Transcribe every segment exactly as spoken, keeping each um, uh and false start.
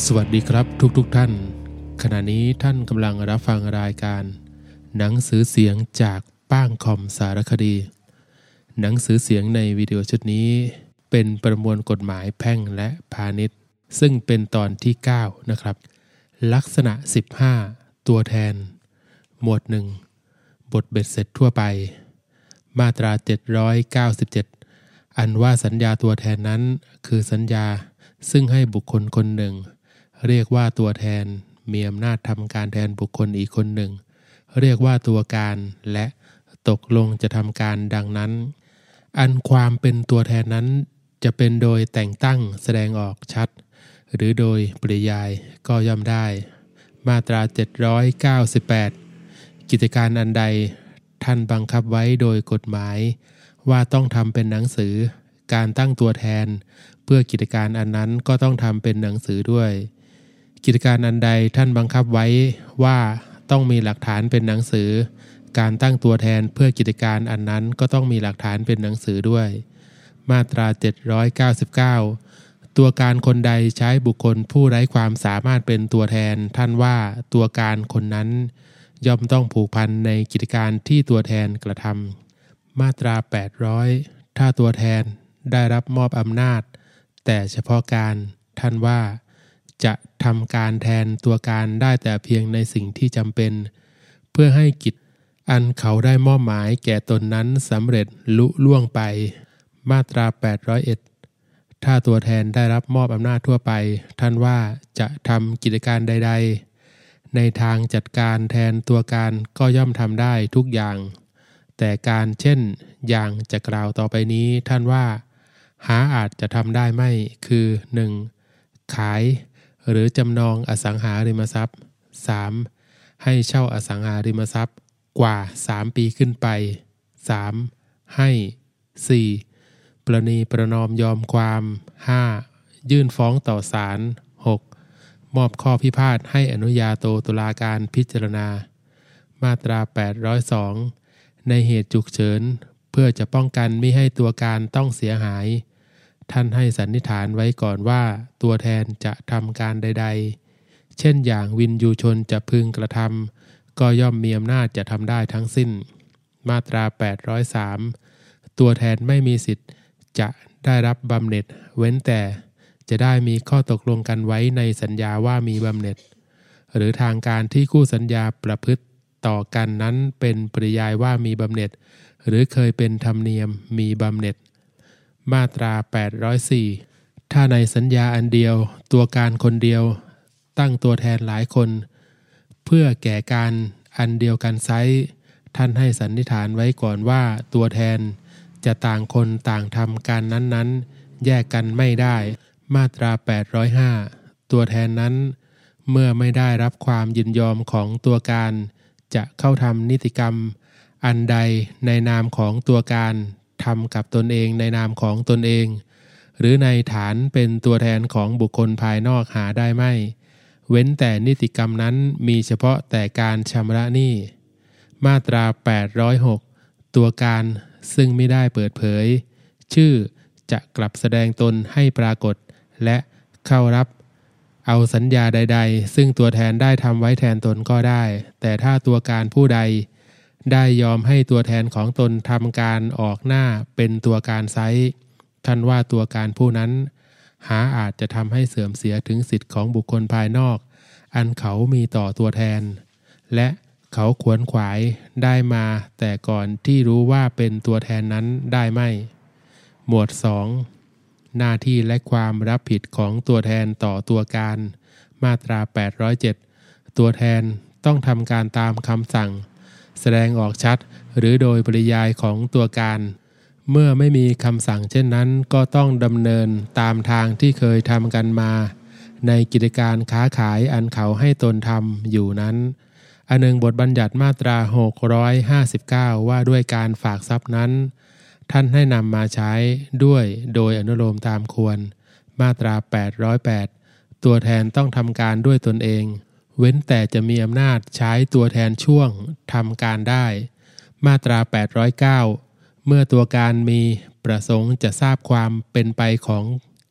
สวัสดีครับทุกๆ ท่านขณะนี้ท่านกำลังรับฟังรายการหนังสือเสียงจากป้างคอมสารคดีหนังสือเสียงในวิดีโอชุดนี้เป็นประมวลกฎหมายแพ่งและพาณิชย์ซึ่งเป็นตอนที่เก้านะครับลักษณะสิบห้าตัวแทนหมวดหนึ่งบทเบ็ดเสร็จทั่วไปมาตราเจ็ดร้อยเก้าสิบเจ็ดอันว่าสัญญาตัวแทนนั้นคือสัญญาซึ่งให้บุคคลคนหนึ่งเรียกว่าตัวแทนมีอำนาจทำการแทนบุคคลอีกคนหนึ่งเรียกว่าตัวการและตกลงจะทำการดังนั้นอันความเป็นตัวแทนนั้นจะเป็นโดยแต่งตั้งแสดงออกชัดหรือโดยปริยายก็ย่อมได้มาตราเจ็ดร้อยเก้าสิบแปดกิจการอันใดท่านบังคับไว้โดยกฎหมายว่าต้องทำเป็นหนังสือการตั้งตัวแทนเพื่อกิจการอันนั้นก็ต้องทำเป็นหนังสือด้วยกิจการอันใดท่านบังคับไว้ว่าต้องมีหลักฐานเป็นหนังสือการตั้งตัวแทนเพื่อกิจการอันนั้นก็ต้องมีหลักฐานเป็นหนังสือด้วยมาตราเจ็ดร้อยเก้าสิบเก้าตัวการคนใดใช้บุคคลผู้ไร้ความสามารถเป็นตัวแทนท่านว่าตัวการคนนั้นย่อมต้องผูกพันในกิจการที่ตัวแทนกระทำมาตราแปดร้อยถ้าตัวแทนได้รับมอบอำนาจแต่เฉพาะการท่านว่าจะทำการแทนตัวการได้แต่เพียงในสิ่งที่จำเป็นเพื่อให้กิจอันเขาได้มอบหมายแก่ตนนั้นสำเร็จลุล่วงไปมาตราแปดร้อยเอ็ดถ้าตัวแทนได้รับมอบอำนาจทั่วไปท่านว่าจะทำกิจการใดๆในทางจัดการแทนตัวการก็ย่อมทำได้ทุกอย่างแต่การเช่นอย่างจะกล่าวต่อไปนี้ท่านว่าหาอาจจะทำได้ไม่คือ หนึ่ง ขายหรือจำนองอสังหาริมทรัพย์ สาม ให้เช่าอสังหาริมทรัพย์กว่าสามปีขึ้นไป สาม ให้ สี่ ประนีประนอมยอมความ ห้า ยื่นฟ้องต่อศาล หก มอบข้อพิพาทให้อนุญาโตตุลาการพิจารณามาตราแปดร้อยสองในเหตุฉุกเฉินเพื่อจะป้องกันมิให้ตัวการต้องเสียหายท่านให้สันนิษฐานไว้ก่อนว่าตัวแทนจะทำการใดๆเช่นอย่างวินยูชนจะพึงกระทำก็ย่อมมีอำนาจจะทำได้ทั้งสิ้นมาตราแปดร้อยสามตัวแทนไม่มีสิทธิ์จะได้รับบำเหน็จเว้นแต่จะได้มีข้อตกลงกันไว้ในสัญญาว่ามีบำเหน็จหรือทางการที่คู่สัญญาประพฤติต่อกันนั้นเป็นปริยายว่ามีบำเหน็จหรือเคยเป็นธรรมเนียมมีบำเหน็จมาตราแปดร้อยสี่ถ้าในสัญญาอันเดียวตัวการคนเดียวตั้งตัวแทนหลายคนเพื่อแก่การอันเดียวกันไซร้ท่านให้สันนิษฐานไว้ก่อนว่าตัวแทนจะต่างคนต่างทำการนั้นๆแยกกันไม่ได้มาตราแปดร้อยห้าตัวแทนนั้นเมื่อไม่ได้รับความยินยอมของตัวการจะเข้าทำนิติกรรมอันใดในนามของตัวการทำกับตนเองในนามของตนเองหรือในฐานเป็นตัวแทนของบุคคลภายนอกหาได้ไม่เว้นแต่นิติกรรมนั้นมีเฉพาะแต่การชำระหนี้มาตราแปดร้อยหกตัวการซึ่งไม่ได้เปิดเผยชื่อจะกลับแสดงตนให้ปรากฏและเข้ารับเอาสัญญาใดๆซึ่งตัวแทนได้ทำไว้แทนตนก็ได้แต่ถ้าตัวการผู้ใดได้ยอมให้ตัวแทนของตนทำการออกหน้าเป็นตัวการไซร้ท่านว่าตัวการผู้นั้นหาอาจจะทำให้เสื่อมเสียถึงสิทธิของบุคคลภายนอกอันเขามีต่อตัวแทนและเขาขวนขวายได้มาแต่ก่อนที่รู้ว่าเป็นตัวแทนนั้นได้ไม่หมวดสองหน้าที่และความรับผิดของตัวแทนต่อตัวการมาตราแปดร้อยเจ็ดตัวแทนต้องทำการตามคำสั่งแสดงออกชัดหรือโดยปริยายของตัวการเมื่อไม่มีคำสั่งเช่นนั้นก็ต้องดำเนินตามทางที่เคยทำกันมาในกิจการค้าขายอันเขาให้ตนทำอยู่นั้นอันหนึ่งบทบัญญัติมาตราหกร้อยห้าสิบเก้าว่าด้วยการฝากทรัพย์นั้นท่านให้นำมาใช้ด้วยโดยอนุโลมตามควรมาตราแปดร้อยแปดตัวแทนต้องทำการด้วยตนเองเว้นแต่จะมีอำนาจใช้ตัวแทนช่วงทำการได้มาตราแปดร้อยเก้าเมื่อตัวการมีประสงค์จะทราบความเป็นไปของ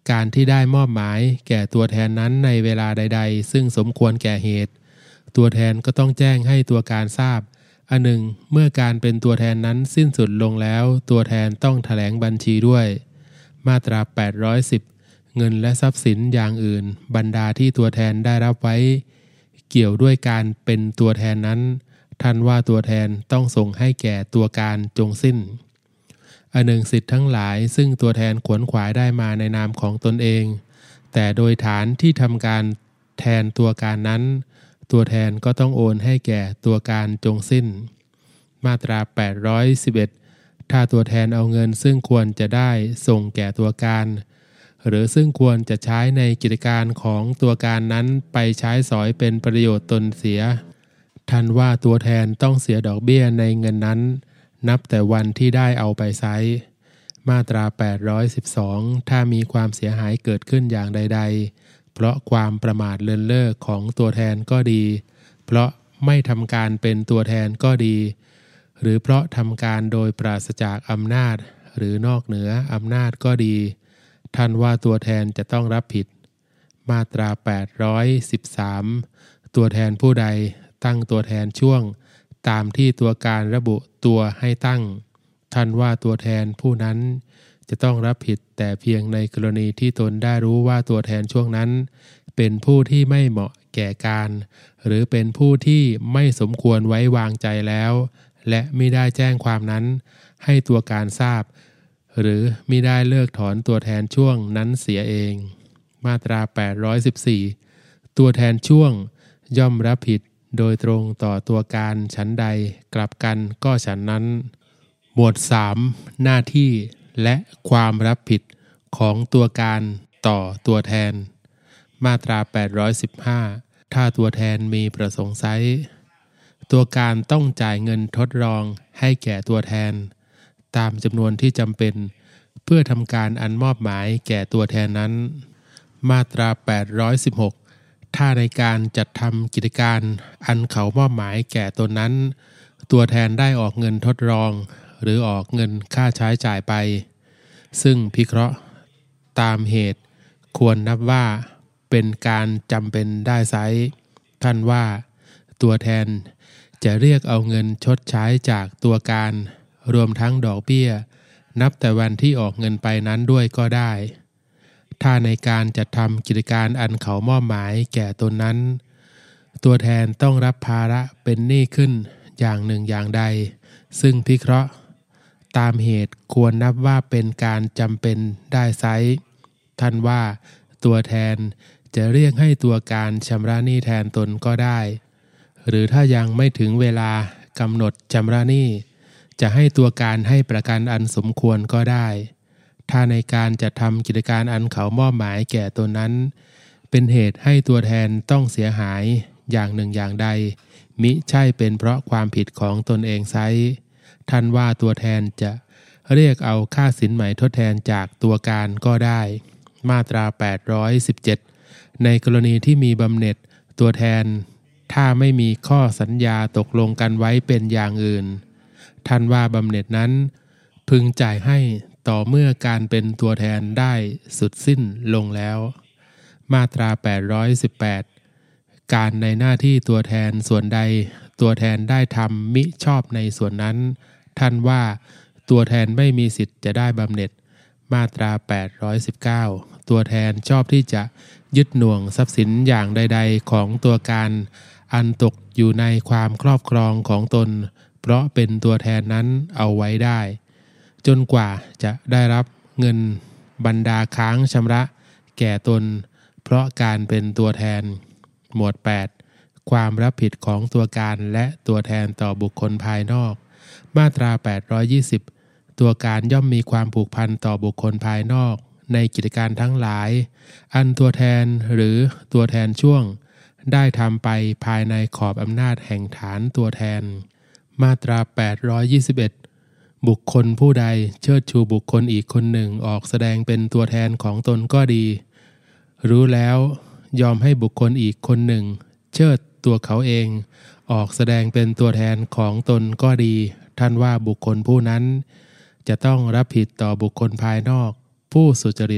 การที่ได้มอบหมายแก่ตัวแทนนั้นในเวลาใดๆซึ่งสมควรแก่เหตุตัวแทนก็ต้องแจ้งให้ตัวการทราบอันหนึ่งเมื่อการเป็นตัวแทนนั้นสิ้นสุดลงแล้วตัวแทนต้องแถลงบัญชีด้วยมาตราแปดร้อยสิบเงินและทรัพย์สินอย่างอื่นบรรดาที่ตัวแทนได้รับไว้เกี่ยวด้วยการเป็นตัวแทนนั้นท่านว่าตัวแทนต้องส่งให้แก่ตัวการจงสิ้นอันหนึ่งสิทธิ์ทั้งหลายซึ่งตัวแทนขวนขวายได้มาในนามของตนเองแต่โดยฐานที่ทำการแทนตัวการนั้นตัวแทนก็ต้องโอนให้แก่ตัวการจงสิ้นมาตราแปดร้อยสิบเอ็ดถ้าตัวแทนเอาเงินซึ่งควรจะได้ส่งแก่ตัวการหรือซึ่งควรจะใช้ในกิจการของตัวการนั้นไปใช้สอยเป็นประโยชน์ตนเสียท่านว่าตัวแทนต้องเสียดอกเบี้ยในเงินนั้นนับแต่วันที่ได้เอาไปใช้มาตราแปดร้อยสิบสองถ้ามีความเสียหายเกิดขึ้นอย่างใดๆเพราะความประมาทเลินเล่อของตัวแทนก็ดีเพราะไม่ทำการเป็นตัวแทนก็ดีหรือเพราะทำการโดยปราศจากอำนาจหรือนอกเหนืออำนาจก็ดีท่านว่าตัวแทนจะต้องรับผิดมาตราแปดร้อยสิบสามตัวแทนผู้ใดตั้งตัวแทนช่วงตามที่ตัวการระบุตัวให้ตั้งท่านว่าตัวแทนผู้นั้นจะต้องรับผิดแต่เพียงในกรณีที่ตนได้รู้ว่าตัวแทนช่วงนั้นเป็นผู้ที่ไม่เหมาะแก่การหรือเป็นผู้ที่ไม่สมควรไว้วางใจแล้วและมิได้แจ้งความนั้นให้ตัวการทราบหรือมิได้เลิกถอนตัวแทนช่วงนั้นเสียเองมาตราแปดร้อยสิบสี่ตัวแทนช่วงย่อมรับผิดโดยตรงต่อตัวการฉันใดกลับกันก็ฉันนั้นหมวดสามหน้าที่และความรับผิดของตัวการต่อตัวแทนมาตราแปดร้อยสิบห้าถ้าตัวแทนมีประสงค์ไซร้ตัวการต้องจ่ายเงินทดลองให้แก่ตัวแทนตามจำนวนที่จำเป็นเพื่อทำการอันมอบหมายแก่ตัวแทนนั้นมาตราแปดร้อยสิบหกถ้าในการจัดทำกิจการอันเขามอบหมายแก่ตนนั้นตัวแทนได้ออกเงินทดลองหรือออกเงินค่าใช้จ่ายไปซึ่งพิเคราะห์ตามเหตุควรนับว่าเป็นการจำเป็นได้ไซร้ท่านว่าตัวแทนจะเรียกเอาเงินชดใช้จากตัวการรวมทั้งดอกเบี้ยนับแต่วันที่ออกเงินไปนั้นด้วยก็ได้ถ้าในการจัดทำกิจการอันเขามอบหมายแก่ตนนั้นตัวแทนต้องรับภาระเป็นหนี้ขึ้นอย่างหนึ่งอย่างใดซึ่งพิเคราะห์ตามเหตุควรนับว่าเป็นการจำเป็นได้ไซร้ท่านว่าตัวแทนจะเรียกให้ตัวการชำระหนี้แทนตนก็ได้หรือถ้ายังไม่ถึงเวลากำหนดชำระหนี้จะให้ตัวการให้ประกันอันสมควรก็ได้ถ้าในการจัดทำกิจการอันเขามอบหมายแก่ตนนั้นเป็นเหตุให้ตัวแทนต้องเสียหายอย่างหนึ่งอย่างใดมิใช่เป็นเพราะความผิดของตนเองไซร้ท่านว่าตัวแทนจะเรียกเอาค่าสินไหมทดแทนจากตัวการก็ได้มาตราแปดร้อยสิบเจ็ดในกรณีที่มีบำเหน็จตัวแทนถ้าไม่มีข้อสัญญาตกลงกันไว้เป็นอย่างอื่นท่านว่าบำเหน็จนั้นพึงจ่ายให้ต่อเมื่อการเป็นตัวแทนได้สุดสิ้นลงแล้วมาตราแปดร้อยสิบแปดการในหน้าที่ตัวแทนส่วนใดตัวแทนได้ทำมิชอบในส่วนนั้นท่านว่าตัวแทนไม่มีสิทธิ์จะได้บำเหน็จมาตราแปดร้อยสิบเก้าตัวแทนชอบที่จะยึดหน่วงทรัพย์สินอย่างใดๆของตัวการอันตกอยู่ในความครอบครองของตนเพราะเป็นตัวแทนนั้นเอาไว้ได้จนกว่าจะได้รับเงินบรรดาค้างชำระแก่ตนเพราะการเป็นตัวแทนหมวดแปดความรับผิดของตัวการและตัวแทนต่อบุคคลภายนอกมาตราแปดร้อยยี่สิบตัวการย่อมมีความผูกพันต่อบุคคลภายนอกในกิจการทั้งหลายอันตัวแทนหรือตัวแทนช่วงได้ทำไปภายในขอบอำนาจแห่งฐานตัวแทนมาตราแปดร้อยยี่สิบเอ็ดบุคคลผู้ใดเชิดชูบุคคลอีกคนหนึ่งออกแสดงเป็นตัวแทนของตนก็ดีรู้แล้วยอมให้บุคคลอีกคนหนึ่งเชิดตัวเขาเองออกแสดงเป็นตัวแทนของตนก็ดีท่านว่าบุคคลผู้นั้นจะต้องรับผิดต่อบุคคลภายนอกผู้สุจริต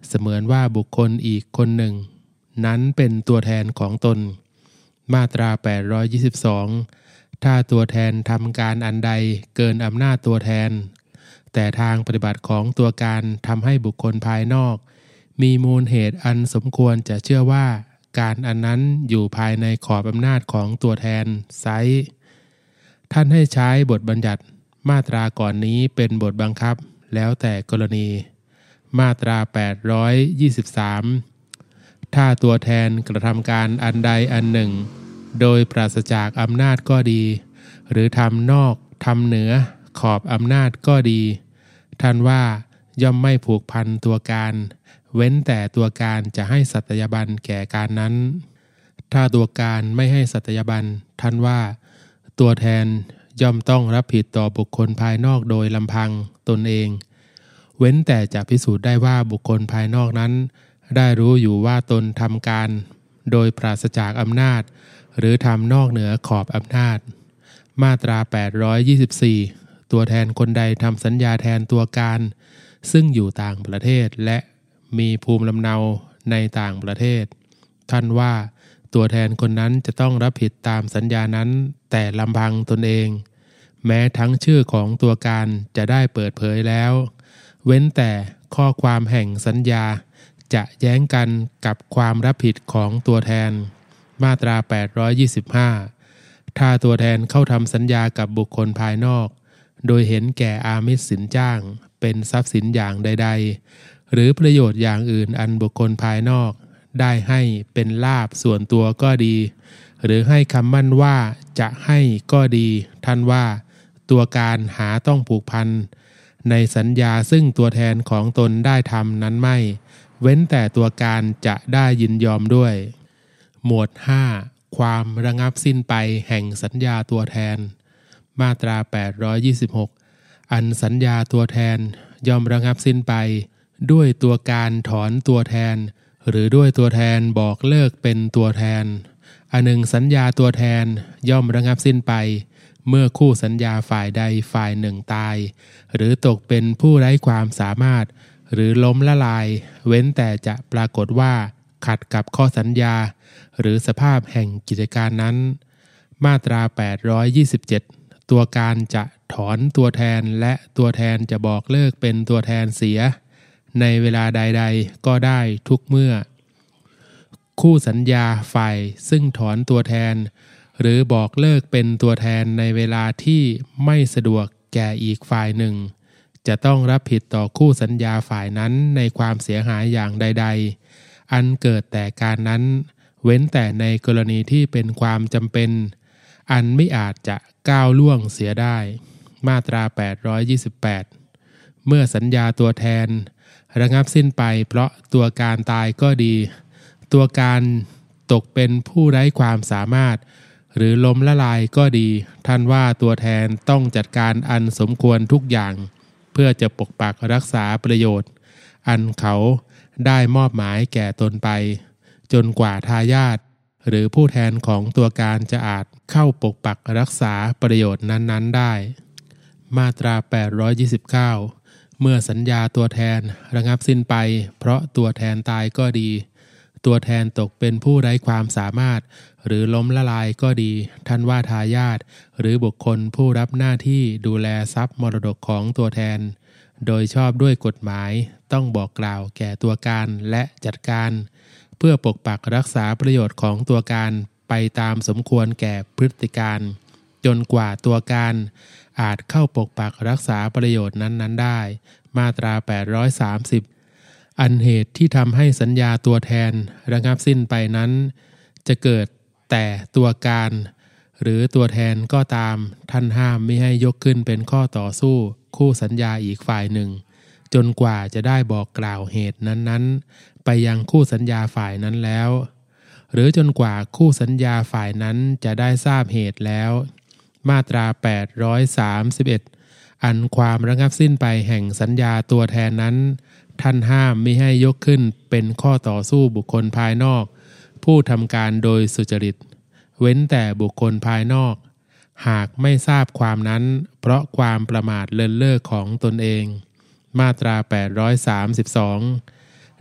เสมือนว่าบุคคลอีกคนหนึ่งนั้นเป็นตัวแทนของตนมาตราแปดร้อยยี่สิบสองถ้าตัวแทนทำการอันใดเกินอำนาจตัวแทนแต่ทางปฏิบัติของตัวการทำให้บุคคลภายนอกมีมูลเหตุอันสมควรจะเชื่อว่าการอันนั้นอยู่ภายในขอบอำนาจของตัวแทนไซร้ท่านให้ใช้บทบัญญัติมาตราก่อนนี้เป็นบทบังคับแล้วแต่กรณีมาตราแปดร้อยยี่สิบสามถ้าตัวแทนกระทำการอันใดอันหนึ่งโดยปราศจากอำนาจก็ดีหรือทำนอกทำเหนือขอบอำนาจก็ดีท่านว่าย่อมไม่ผูกพันตัวการเว้นแต่ตัวการจะให้สัตยาบันแก่การนั้นถ้าตัวการไม่ให้สัตยาบันท่านว่าตัวแทนย่อมต้องรับผิดต่อบุคคลภายนอกโดยลำพังตนเองเว้นแต่จะพิสูจน์ได้ว่าบุคคลภายนอกนั้นได้รู้อยู่ว่าตนทำการโดยปราศจากอำนาจหรือทำนอกเหนือขอบอำนาจมาตราแปดร้อยยี่สิบสี่ตัวแทนคนใดทำสัญญาแทนตัวการซึ่งอยู่ต่างประเทศและมีภูมิลำเนาในต่างประเทศท่านว่าตัวแทนคนนั้นจะต้องรับผิดตามสัญญานั้นแต่ลำพังตนเองแม้ทั้งชื่อของตัวการจะได้เปิดเผยแล้วเว้นแต่ข้อความแห่งสัญญาจะแย้งกันกับความรับผิดของตัวแทนมาตราแปดร้อยยี่สิบห้าถ้าตัวแทนเข้าทำสัญญากับบุคคลภายนอกโดยเห็นแก่อามิสสินจ้างเป็นทรัพย์สินอย่างใดๆหรือประโยชน์อย่างอื่นอันบุคคลภายนอกได้ให้เป็นลาภส่วนตัวก็ดีหรือให้คำมั่นว่าจะให้ก็ดีท่านว่าตัวการหาต้องผูกพันในสัญญาซึ่งตัวแทนของตนได้ทำนั้นไม่เว้นแต่ตัวการจะได้ยินยอมด้วยหมวดห้าความระงับสิ้นไปแห่งสัญญาตัวแทนมาตราแปดร้อยยี่สิบหกอันสัญญาตัวแทนย่อมระงับสิ้นไปด้วยตัวการถอนตัวแทนหรือด้วยตัวแทนบอกเลิกเป็นตัวแทนอันหนึ่งสัญญาตัวแทนย่อมระงับสิ้นไปเมื่อคู่สัญญาฝ่ายใดฝ่ายหนึ่งตายหรือตกเป็นผู้ไร้ความสามารถหรือล้มละลายเว้นแต่จะปรากฏว่าขัดกับข้อสัญญาหรือสภาพแห่งกิจการนั้นมาตราแปดร้อยยี่สิบเจ็ดตัวการจะถอนตัวแทนและตัวแทนจะบอกเลิกเป็นตัวแทนเสียในเวลาใดๆก็ได้ทุกเมื่อคู่สัญญาฝ่ายซึ่งถอนตัวแทนหรือบอกเลิกเป็นตัวแทนในเวลาที่ไม่สะดวกแก่อีกฝ่ายหนึ่งจะต้องรับผิดต่อคู่สัญญาฝ่ายนั้นในความเสียหายอย่างใดๆอันเกิดแต่การนั้นเว้นแต่ในกรณีที่เป็นความจำเป็นอันไม่อาจจะก้าวล่วงเสียได้มาตราแปดร้อยยี่สิบแปดเมื่อสัญญาตัวแทนระงับสิ้นไปเพราะตัวการตายก็ดีตัวการตกเป็นผู้ไร้ความสามารถหรือล้มละลายก็ดีท่านว่าตัวแทนต้องจัดการอันสมควรทุกอย่างเพื่อจะปกปักรักษาประโยชน์อันเขาได้มอบหมายแก่ตนไปจนกว่าทายาทหรือผู้แทนของตัวการจะอาจเข้าปกปักรักษาประโยชน์นั้นๆได้มาตราแปดร้อยยี่สิบเก้าเมื่อสัญญาตัวแทนระงับสิ้นไปเพราะตัวแทนตายก็ดีตัวแทนตกเป็นผู้ไร้ความสามารถหรือล้มละลายก็ดีท่านว่าทายาทหรือบุคคลผู้รับหน้าที่ดูแลทรัพย์มรดกของตัวแทนโดยชอบด้วยกฎหมายต้องบอกกล่าวแก่ตัวการและจัดการเพื่อปกปักรักษาประโยชน์ของตัวการไปตามสมควรแก่พฤติการจนกว่าตัวการอาจเข้าปกปักรักษาประโยชน์นั้นๆได้มาตราแปดร้อยสามสิบอันเหตุที่ทำให้สัญญาตัวแทนระงับสิ้นไปนั้นจะเกิดแต่ตัวการหรือตัวแทนก็ตามท่านห้ามไม่ให้ยกขึ้นเป็นข้อต่อสู้คู่สัญญาอีกฝ่ายหนึ่งจนกว่าจะได้บอกกล่าวเหตุนั้นๆไปยังคู่สัญญาฝ่ายนั้นแล้วหรือจนกว่าคู่สัญญาฝ่ายนั้นจะได้ทราบเหตุแล้วมาตราแปดร้อยสามสิบเอ็ดอันความระงับสิ้นไปแห่งสัญญาตัวแทนนั้นท่านห้ามไม่ให้ยกขึ้นเป็นข้อต่อสู้บุคคลภายนอกผู้ทำการโดยสุจริตเว้นแต่บุคคลภายนอกหากไม่ทราบความนั้นเพราะความประมาทเลินเล่อของตนเองมาตราแปดร้อยสามสิบสอง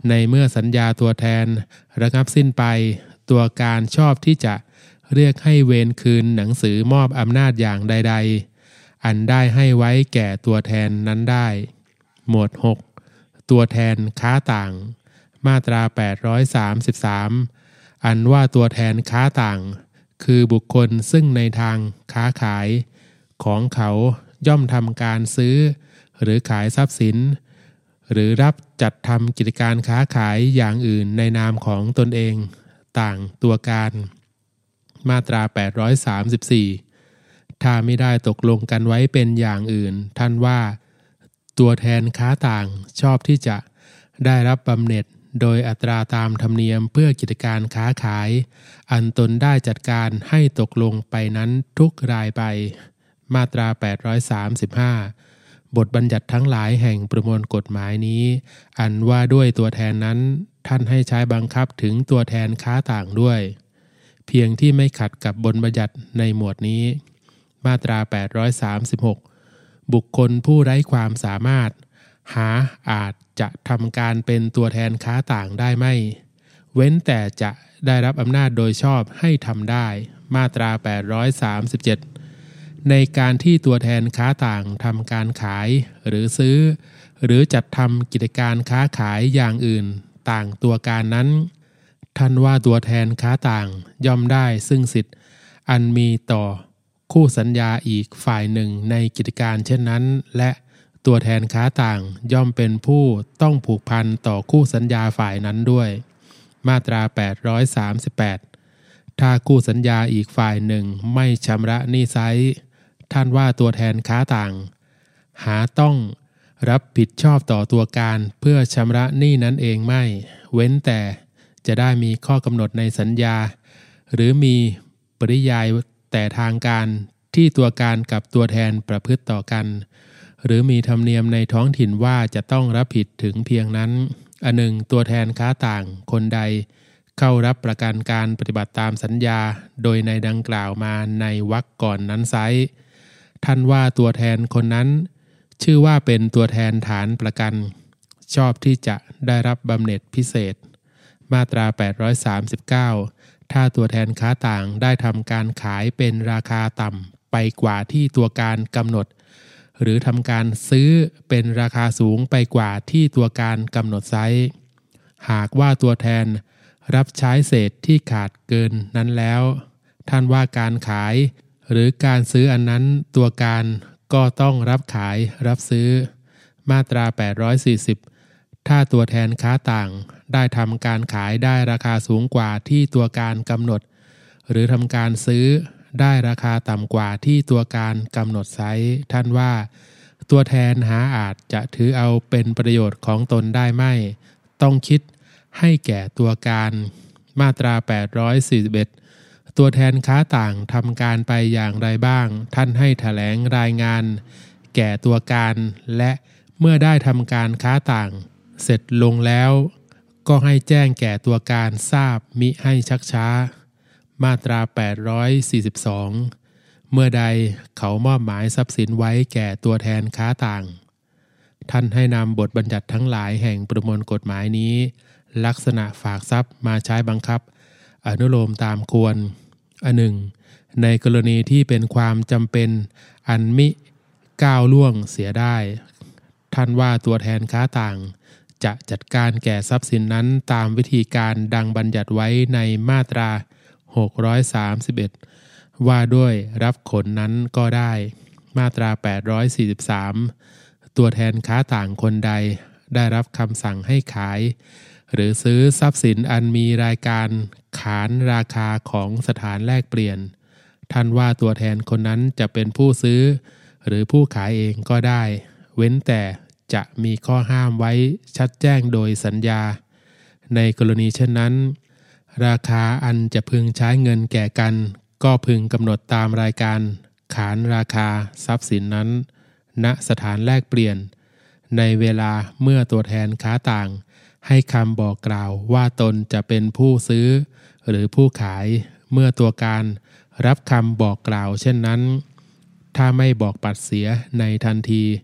ในเมื่อสัญญาตัวแทนระงับสิ้นไปตัวการชอบที่จะเรียกให้เวรคืนหนังสือมอบอำนาจอย่างใดๆอันได้ให้ไว้แก่ตัวแทนนั้นได้หมวดหกตัวแทนค้าต่างมาตราแปดร้อยสามสิบสามอันว่าตัวแทนค้าต่างคือบุคคลซึ่งในทางค้าขายของเขาย่อมทำการซื้อหรือขายทรัพย์สินหรือรับจัดทำกิจการค้าขายอย่างอื่นในนามของตนเองต่างตัวการมาตราแปดร้อยสามสิบสี่ถ้าไม่ได้ตกลงกันไว้เป็นอย่างอื่นท่านว่าตัวแทนค้าต่างชอบที่จะได้รับบำเหน็จโดยอัตราตามธรรมเนียมเพื่อกิจการค้าขายอันตนได้จัดการให้ตกลงไปนั้นทุกรายไปมาตราแปดร้อยสามสิบห้าบทบัญญัติทั้งหลายแห่งประมวลกฎหมายนี้อันว่าด้วยตัวแทนนั้นท่านให้ใช้บังคับถึงตัวแทนค้าต่างด้วยเพียงที่ไม่ขัดกับบทบัญญัติในหมวดนี้มาตราแปดร้อยสามสิบหกบุคคลผู้ไร้ความสามารถหาอาจจะทำการเป็นตัวแทนค้าต่างได้ไม่เว้นแต่จะได้รับอำนาจโดยชอบให้ทำได้มาตราแปดร้อยสามสิบเจ็ดในการที่ตัวแทนค้าต่างทำการขายหรือซื้อหรือจัดทำกิจการค้าขายอย่างอื่นต่างตัวการนั้นท่านว่าตัวแทนค้าต่างย่อมได้ซึ่งสิทธิ์อันมีต่อคู่สัญญาอีกฝ่ายหนึ่งในกิจการเช่นนั้นและตัวแทนค้าต่างย่อมเป็นผู้ต้องผูกพันต่อคู่สัญญาฝ่ายนั้นด้วยมาตราแปดร้อยสามสิบแปดถ้าคู่สัญญาอีกฝ่ายหนึ่งไม่ชำระหนี้ไซร้ท่านว่าตัวแทนค้าต่างหาต้องรับผิดชอบต่อตัวการเพื่อชำระหนี้นั้นเองไม่เว้นแต่จะได้มีข้อกำหนดในสัญญาหรือมีปริยายแต่ทางการที่ตัวการกับตัวแทนประพฤติต่อกันหรือมีธรรมเนียมในท้องถิ่นว่าจะต้องรับผิดถึงเพียงนั้นอันหนึ่งตัวแทนค้าต่างคนใดเข้ารับประกันการปฏิบัติตามสัญญาโดยในดังกล่าวมาในวรรคก่อนนั้นไซร้ท่านว่าตัวแทนคนนั้นชื่อว่าเป็นตัวแทนฐานประกันชอบที่จะได้รับบำเหน็จพิเศษมาตราแปดร้อยสามสิบเก้าถ้าตัวแทนค้าต่างได้ทำการขายเป็นราคาต่ำไปกว่าที่ตัวการกำหนดหรือทำการซื้อเป็นราคาสูงไปกว่าที่ตัวการกำหนดไซร้หากว่าตัวแทนรับใช้เศษที่ขาดเกินนั้นแล้วท่านว่าการขายหรือการซื้ออันนั้นตัวการก็ต้องรับขายรับซื้อมาตราแปดร้อยสี่สิบถ้าตัวแทนค้าต่างได้ทำการขายได้ราคาสูงกว่าที่ตัวการกำหนดหรือทำการซื้อได้ราคาต่ำกว่าที่ตัวการกำหนดไซร้ท่านว่าตัวแทนหาอาจจะถือเอาเป็นประโยชน์ของตนได้ไม่ต้องคิดให้แก่ตัวการมาตราแปดร้อยสี่สิบเอ็ดตัวแทนค้าต่างทำการไปอย่างไรบ้างท่านให้แถลงรายงานแก่ตัวการและเมื่อได้ทำการค้าต่างเสร็จลงแล้วก็ให้แจ้งแก่ตัวการทราบมิให้ชักช้ามาตราแปดร้อยสี่สิบสองเมื่อใดเขามอบหมายทรัพย์สินไว้แก่ตัวแทนค้าต่างท่านให้นำบทบัญญัติทั้งหลายแห่งประมวลกฎหมายนี้ลักษณะฝากทรัพย์มาใช้บังคับอนุโลมตามควรอันหนึ่งในกรณีที่เป็นความจำเป็นอันมิก้าวล่วงเสียได้ท่านว่าตัวแทนค้าต่างจะจัดการแก่ทรัพย์สินนั้นตามวิธีการดังบัญญัติไว้ในมาตราหกร้อยสามสิบเอ็ดว่าด้วยรับขนนั้นก็ได้มาตราแปดร้อยสี่สิบสามตัวแทนค้าต่างคนใดได้รับคำสั่งให้ขายหรือซื้อทรัพย์สินอันมีรายการขานราคาของสถานแลกเปลี่ยนท่านว่าตัวแทนคนนั้นจะเป็นผู้ซื้อหรือผู้ขายเองก็ได้เว้นแต่จะมีข้อห้ามไว้ชัดแจ้งโดยสัญญาในกรณีเช่นนั้นราคาอันจะพึงใช้เงินแก่กันก็พึงกำหนดตามรายการขานราคาทรัพย์สินนั้นณสถานแลกเปลี่ยนในเวลาเมื่อตัวแทนค้าต่างให้คำบอกกล่าวว่าตนจะเป็นผู้ซื้อหรือผู้ขายเมื่อตัวการรับคำบอกกล่าวเช่นนั้นถ้าไม่บอกปัดเสียในทันที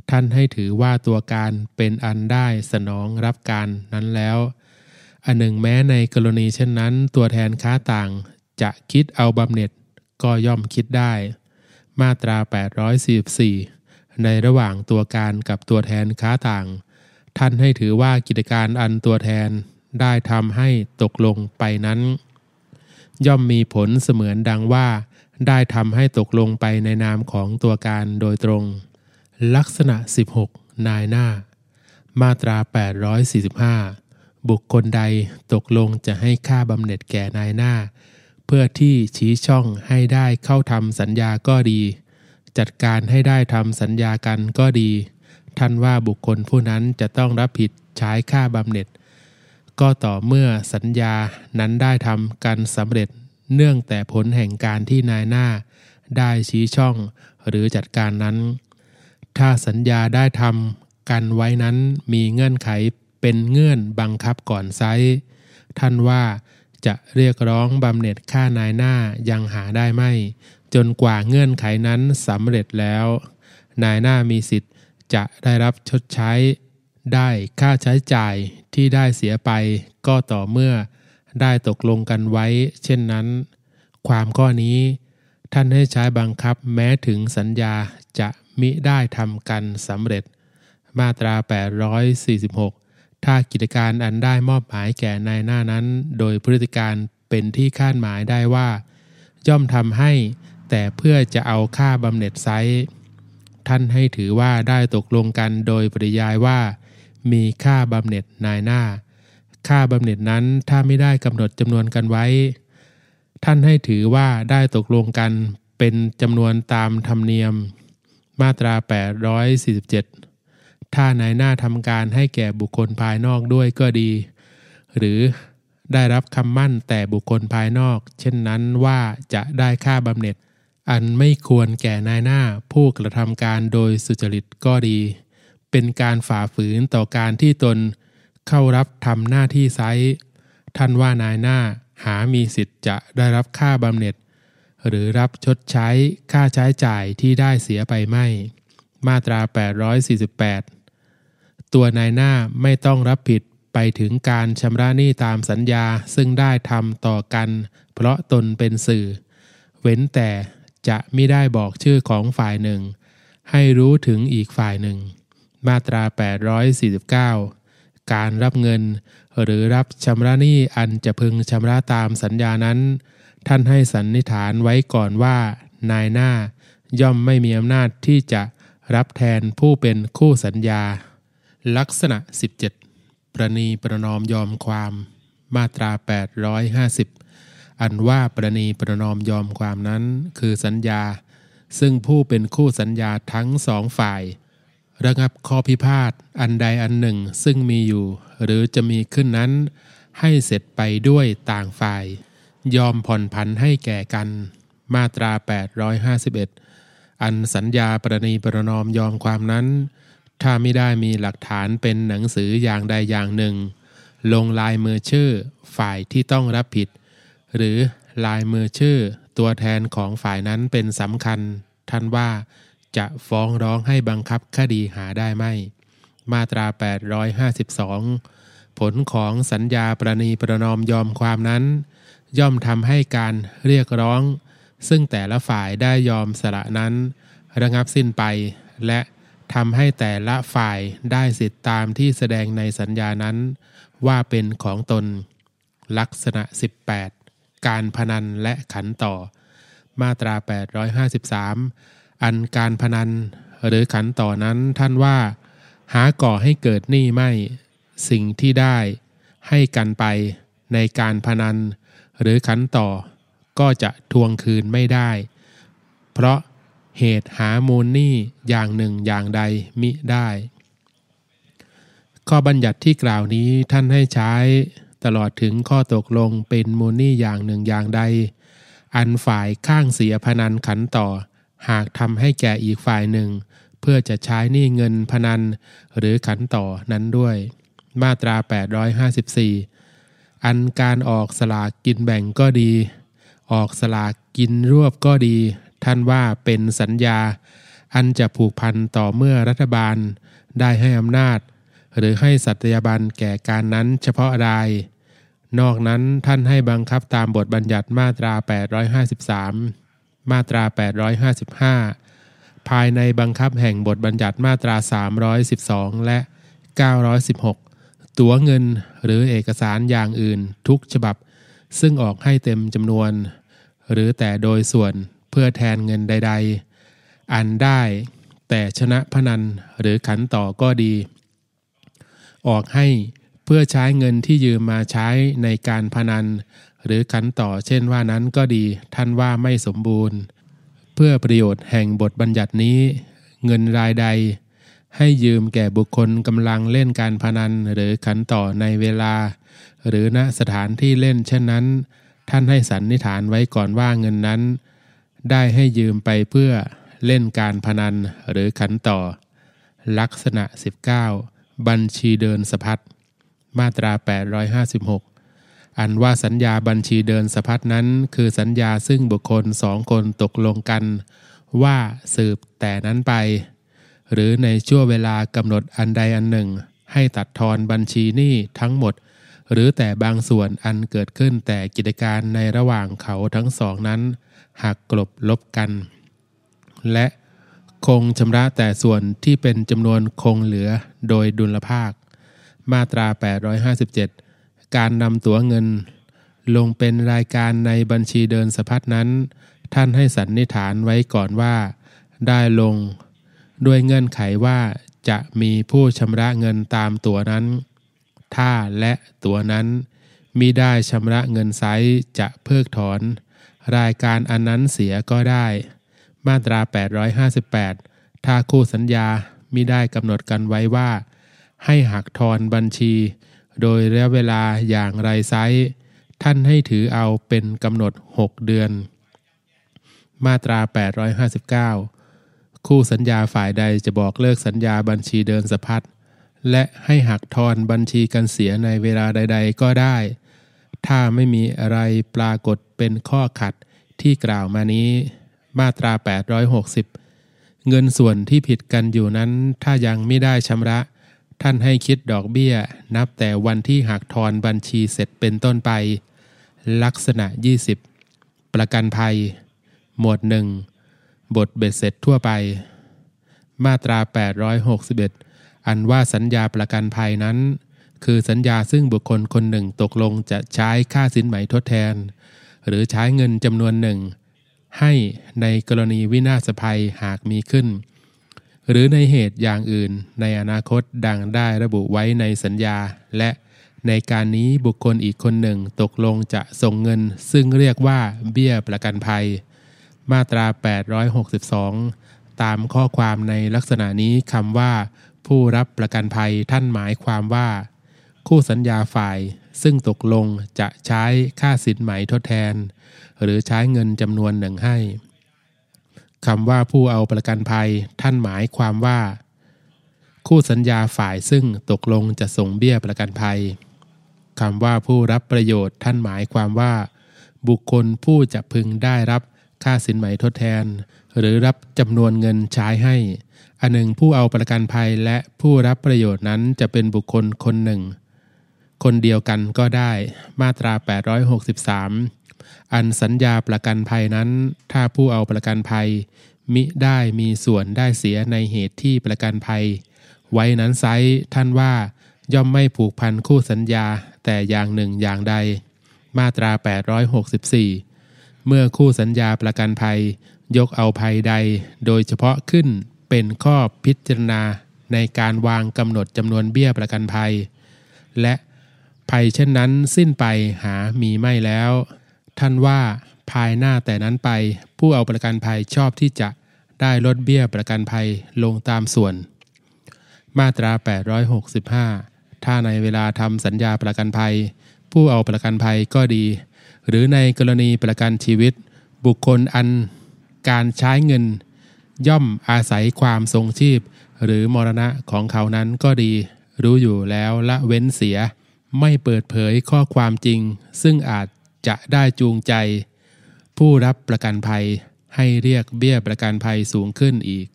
ท่านให้ถือว่าตัวการเป็นอันได้สนองรับการนั้นแล้วอันหนึ่งแม้ในกรณีเช่นนั้นตัวแทนค้าต่างจะคิดเอาบำเหน็จก็ย่อมคิดได้มาตราแปดร้อยสี่สิบสี่ในระหว่างตัวการกับตัวแทนค้าต่างท่านให้ถือว่ากิจการอันตัวแทนได้ทำให้ตกลงไปนั้นย่อมมีผลเสมือนดังว่าได้ทำให้ตกลงไปในนามของตัวการโดยตรงลักษณะสิบหกนายหน้ามาตราแปดร้อยสี่สิบห้าบุคคลใดตกลงจะให้ค่าบำเหน็จแก่นายหน้าเพื่อที่ชี้ช่องให้ได้เข้าทำสัญญาก็ดีจัดการให้ได้ทำสัญญากันก็ดีท่านว่าบุคคลผู้นั้นจะต้องรับผิดใช้ค่าบำเหน็จก็ต่อเมื่อสัญญานั้นได้ทำกันสำเร็จเนื่องแต่ผลแห่งการที่นายหน้าได้ชี้ช่องหรือจัดการนั้นถ้าสัญญาได้ทำกันไว้นั้นมีเงื่อนไขเป็นเงื่อนบังคับก่อนไซร้ท่านว่าจะเรียกร้องบำเหน็จค่านายหน้ายังหาได้ไม่จนกว่าเงื่อนไขนั้นสำเร็จแล้วนายหน้ามีสิทธิ์จะได้รับชดใช้ได้ค่าใช้จ่ายที่ได้เสียไปก็ต่อเมื่อได้ตกลงกันไว้เช่นนั้นความข้อนี้ท่านให้ใช้บังคับแม้ถึงสัญญาจะมิได้ทำกันสำเร็จมาตราแปดร้อยสี่สิบหกถ้ากิจการอันได้มอบหมายแก่นายหน้านั้นโดยพฤติการเป็นที่คาดหมายได้ว่าย่อมทำให้แต่เพื่อจะเอาค่าบำเหน็จไซร้ท่านให้ถือว่าได้ตกลงกันโดยปริยายว่ามีค่าบำเหน็จนายหน้าค่าบำเหน็จนั้นถ้าไม่ได้กำหนดจำนวนกันไว้ท่านให้ถือว่าได้ตกลงกันเป็นจำนวนตามธรรมเนียมมาตราแปดร้อยสี่สิบเจ็ดถ้านายหน้าทำการให้แก่บุคคลภายนอกด้วยก็ดีหรือได้รับคำมั่นแต่บุคคลภายนอกเช่นนั้นว่าจะได้ค่าบำเหน็จอันไม่ควรแก่นายหน้าผู้กระทำการโดยสุจริตก็ดีเป็นการฝ่าฝืนต่อการที่ตนเข้ารับทำหน้าที่ไซร้ท่านว่านายหน้าหามีสิทธิ์จะได้รับค่าบำเหน็จหรือรับชดใช้ค่าใช้จ่ายที่ได้เสียไปไม่มาตราแปดร้อยสี่สิบแปดตัวนายหน้าไม่ต้องรับผิดไปถึงการชำระหนี้ตามสัญญาซึ่งได้ทำต่อกันเพราะตนเป็นสื่อเว้นแต่จะมิได้บอกชื่อของฝ่ายหนึ่งให้รู้ถึงอีกฝ่ายหนึ่งมาตราแปดร้อยสี่สิบเก้าการรับเงินหรือรับชำระหนี้อันจะพึงชำระตามสัญญานั้นท่านให้สันนิษฐานไว้ก่อนว่านายหน้าย่อมไม่มีอำนาจที่จะรับแทนผู้เป็นคู่สัญญาลักษณะสิบเจ็ดประนีประนอมยอมความมาตราแปดร้อยห้าสิบอันว่าประนีประนอมยอมความนั้นคือสัญญาซึ่งผู้เป็นคู่สัญญาทั้งสองฝ่ายระงับข้อพิพาทอันใดอันหนึ่งซึ่งมีอยู่หรือจะมีขึ้นนั้นให้เสร็จไปด้วยต่างฝ่ายยอมผ่อนผันให้แก่กันมาตราแปดร้อยห้าสิบเอ็ดอันสัญญาประนีประนอมยอมความนั้นถ้าไม่ได้มีหลักฐานเป็นหนังสืออย่างใดอย่างหนึ่งลงลายมือชื่อฝ่ายที่ต้องรับผิดหรือลายมือชื่อตัวแทนของฝ่ายนั้นเป็นสำคัญท่านว่าจะฟ้องร้องให้บังคับคดีหาได้ไม่มาตราแปดร้อยห้าสิบสองผลของสัญญาประนีประนอมยอมความนั้นย่อมทำให้การเรียกร้องซึ่งแต่ละฝ่ายได้ยอมสละนั้นระงับสิ้นไปและทำให้แต่ละฝ่ายได้สิทธิตามที่แสดงในสัญญานั้นว่าเป็นของตนลักษณะสิบแปดการพนันและขันต่อมาตราแปดร้อยห้าสิบสามอันการพนันหรือขันต่อนั้นท่านว่าหาก่อให้เกิดหนี้ไม่สิ่งที่ได้ให้กันไปในการพนันหรือขันต่อก็จะทวงคืนไม่ได้เพราะเหตุหามูลหนี้อย่างหนึ่งอย่างใดมิได้ข้อบัญญัติที่กล่าวนี้ท่านให้ใช้ตลอดถึงข้อตกลงเป็นมูลหนี้อย่างหนึ่งอย่างใดอันฝ่ายข้างเสียพนันขันต่อหากทำให้แก่อีกฝ่ายหนึ่งเพื่อจะใช้หนี้เงินพนันหรือขันต่อนั้นด้วยมาตราแปดร้อยห้าสิบสี่อันการออกสลากกินแบ่งก็ดีออกสลากกินรวบก็ดีท่านว่าเป็นสัญญาอันจะผูกพันต่อเมื่อรัฐบาลได้ให้อำนาจหรือให้สัตยาบันแก่การนั้นเฉพาะรายนอกนั้นท่านให้บังคับตามบทบัญญัติมาตราแปดร้อยห้าสิบสามมาตราแปดร้อยห้าสิบห้าภายในบังคับแห่งบทบัญญัติมาตราสามร้อยสิบสองและเก้าร้อยสิบหกตั๋วเงินหรือเอกสารอย่างอื่นทุกฉบับซึ่งออกให้เต็มจำนวนหรือแต่โดยส่วนเพื่อแทนเงินใดๆอันได้แต่ชนะพนันหรือขันต่อก็ดีออกให้เพื่อใช้เงินที่ยืมมาใช้ในการพนันหรือขันต่อเช่นว่านั้นก็ดีท่านว่าไม่สมบูรณ์เพื่อประโยชน์แห่งบทบัญญัตินี้เงินรายใดให้ยืมแก่บุคคลกำลังเล่นการพนันหรือขันต่อในเวลาหรือณสถานที่เล่นเช่นนั้นท่านให้สันนิษฐานไว้ก่อนว่าเงินนั้นได้ให้ยืมไปเพื่อเล่นการพนันหรือขันต่อลักษณะสิบเก้าบัญชีเดินสะพัดมาตราแปดร้อยห้าสิบหกอันว่าสัญญาบัญชีเดินสะพัดนั้นคือสัญญาซึ่งบุคคลสองคนตกลงกันว่าสืบแต่นั้นไปหรือในช่วงเวลากำหนดอันใดอันหนึ่งให้ตัดทอนบัญชีหนี้ทั้งหมดหรือแต่บางส่วนอันเกิดขึ้นแต่กิจการในระหว่างเขาทั้งสองนั้นหักกลบลบกันและคงชำระแต่ส่วนที่เป็นจำนวนคงเหลือโดยดุลภาคมาตราแปดร้อยห้าสิบเจ็ดการนำตั๋วเงินลงเป็นรายการในบัญชีเดินสะพัดนั้นท่านให้สันนิษฐานไว้ก่อนว่าได้ลงด้วยเงื่อนไขว่าจะมีผู้ชำระเงินตามตั๋วนั้นถ้าและตั๋วนั้นมิได้ชำระเงินไซร้จะเพิกถอนรายการอันนั้นเสียก็ได้มาตราแปดร้อยห้าสิบแปดถ้าคู่สัญญามิได้กำหนดกันไว้ว่าให้หักทอนบัญชีโดยระยะเวลาอย่างไรไซร้ท่านให้ถือเอาเป็นกำหนดหกเดือนมาตราแปดร้อยห้าสิบเก้าคู่สัญญาฝ่ายใดจะบอกเลิกสัญญาบัญชีเดินสะพัดและให้หักทอนบัญชีกันเสียในเวลาใดๆก็ได้ถ้าไม่มีอะไรปรากฏเป็นข้อขัดที่กล่าวมานี้มาตราแปดร้อยหกสิบเงินส่วนที่ผิดกันอยู่นั้นถ้ายังไม่ได้ชำระท่านให้คิดดอกเบี้ยนับแต่วันที่หักทอนบัญชีเสร็จเป็นต้นไปลักษณะยี่สิบประกันภัยหมวดหนึ่งบทเบ็ดเสร็จทั่วไปมาตราแปดร้อยหกสิบเอ็ดอันว่าสัญญาประกันภัยนั้นคือสัญญาซึ่งบุคคลคนหนึ่งตกลงจะใช้ค่าสินไหมทดแทนหรือใช้เงินจำนวนหนึ่งให้ในกรณีวินาศภัยหากมีขึ้นหรือในเหตุอย่างอื่นในอนาคตดังได้ระบุไว้ในสัญญาและในการนี้บุคคลอีกคนหนึ่งตกลงจะส่งเงินซึ่งเรียกว่าเบี้ยประกันภัยมาตราแปดร้อยหกสิบสองตามข้อความในลักษณะนี้คำว่าผู้รับประกันภัยท่านหมายความว่าคู่สัญญาฝ่ายซึ่งตกลงจะใช้ค่าสินไหมทดแทนหรือใช้เงินจำนวนหนึ่งให้คำว่าผู้เอาประกันภัยท่านหมายความว่าคู่สัญญาฝ่ายซึ่งตกลงจะส่งเบี้ยประกันภัยคำว่าผู้รับประโยชน์ท่านหมายความว่าบุคคลผู้จะพึงได้รับค่าสินไหมทดแทนหรือรับจำนวนเงินใช้ให้อันหนึ่งผู้เอาประกันภัยและผู้รับประโยชน์นั้นจะเป็นบุคคลคนหนึ่งคนเดียวกันก็ได้มาตราแปดร้อยหกสิบสามอันสัญญาประกันภัยนั้นถ้าผู้เอาประกันภัยมิได้มีส่วนได้เสียในเหตุที่ประกันภัยไว้นั้นไซร้ท่านว่าย่อมไม่ผูกพันคู่สัญญาแต่อย่างหนึ่งอย่างใดมาตราแปดร้อยหกสิบสี่เมื่อคู่สัญญาประกันภัยยกเอาภัยใดโดยเฉพาะขึ้นเป็นข้อพิจารณาในการวางกำหนดจำนวนเบี้ยประกันภัยและภัยเช่นนั้นสิ้นไปหามีไม่แล้วท่านว่าภายหน้าแต่นั้นไปผู้เอาประกันภัยชอบที่จะได้ลดเบี้ยประกันภัยลงตามส่วนมาตราแปดร้อยหกสิบห้าถ้าในเวลาทำสัญญาประกันภัยผู้เอาประกันภัยก็ดีหรือในกรณีประกันชีวิตบุคคลอันการใช้เงินย่อมอาศัยความทรงชีพหรือมรณะของเขานั้นก็ดีรู้อยู่แล้วละเว้นเสียไม่เปิดเผยข้อความจริงซึ่งอาจจะได้จูงใจผู้รับประกันภัยให้เรียกเบี้ยประกันภัยสูงขึ้นอีก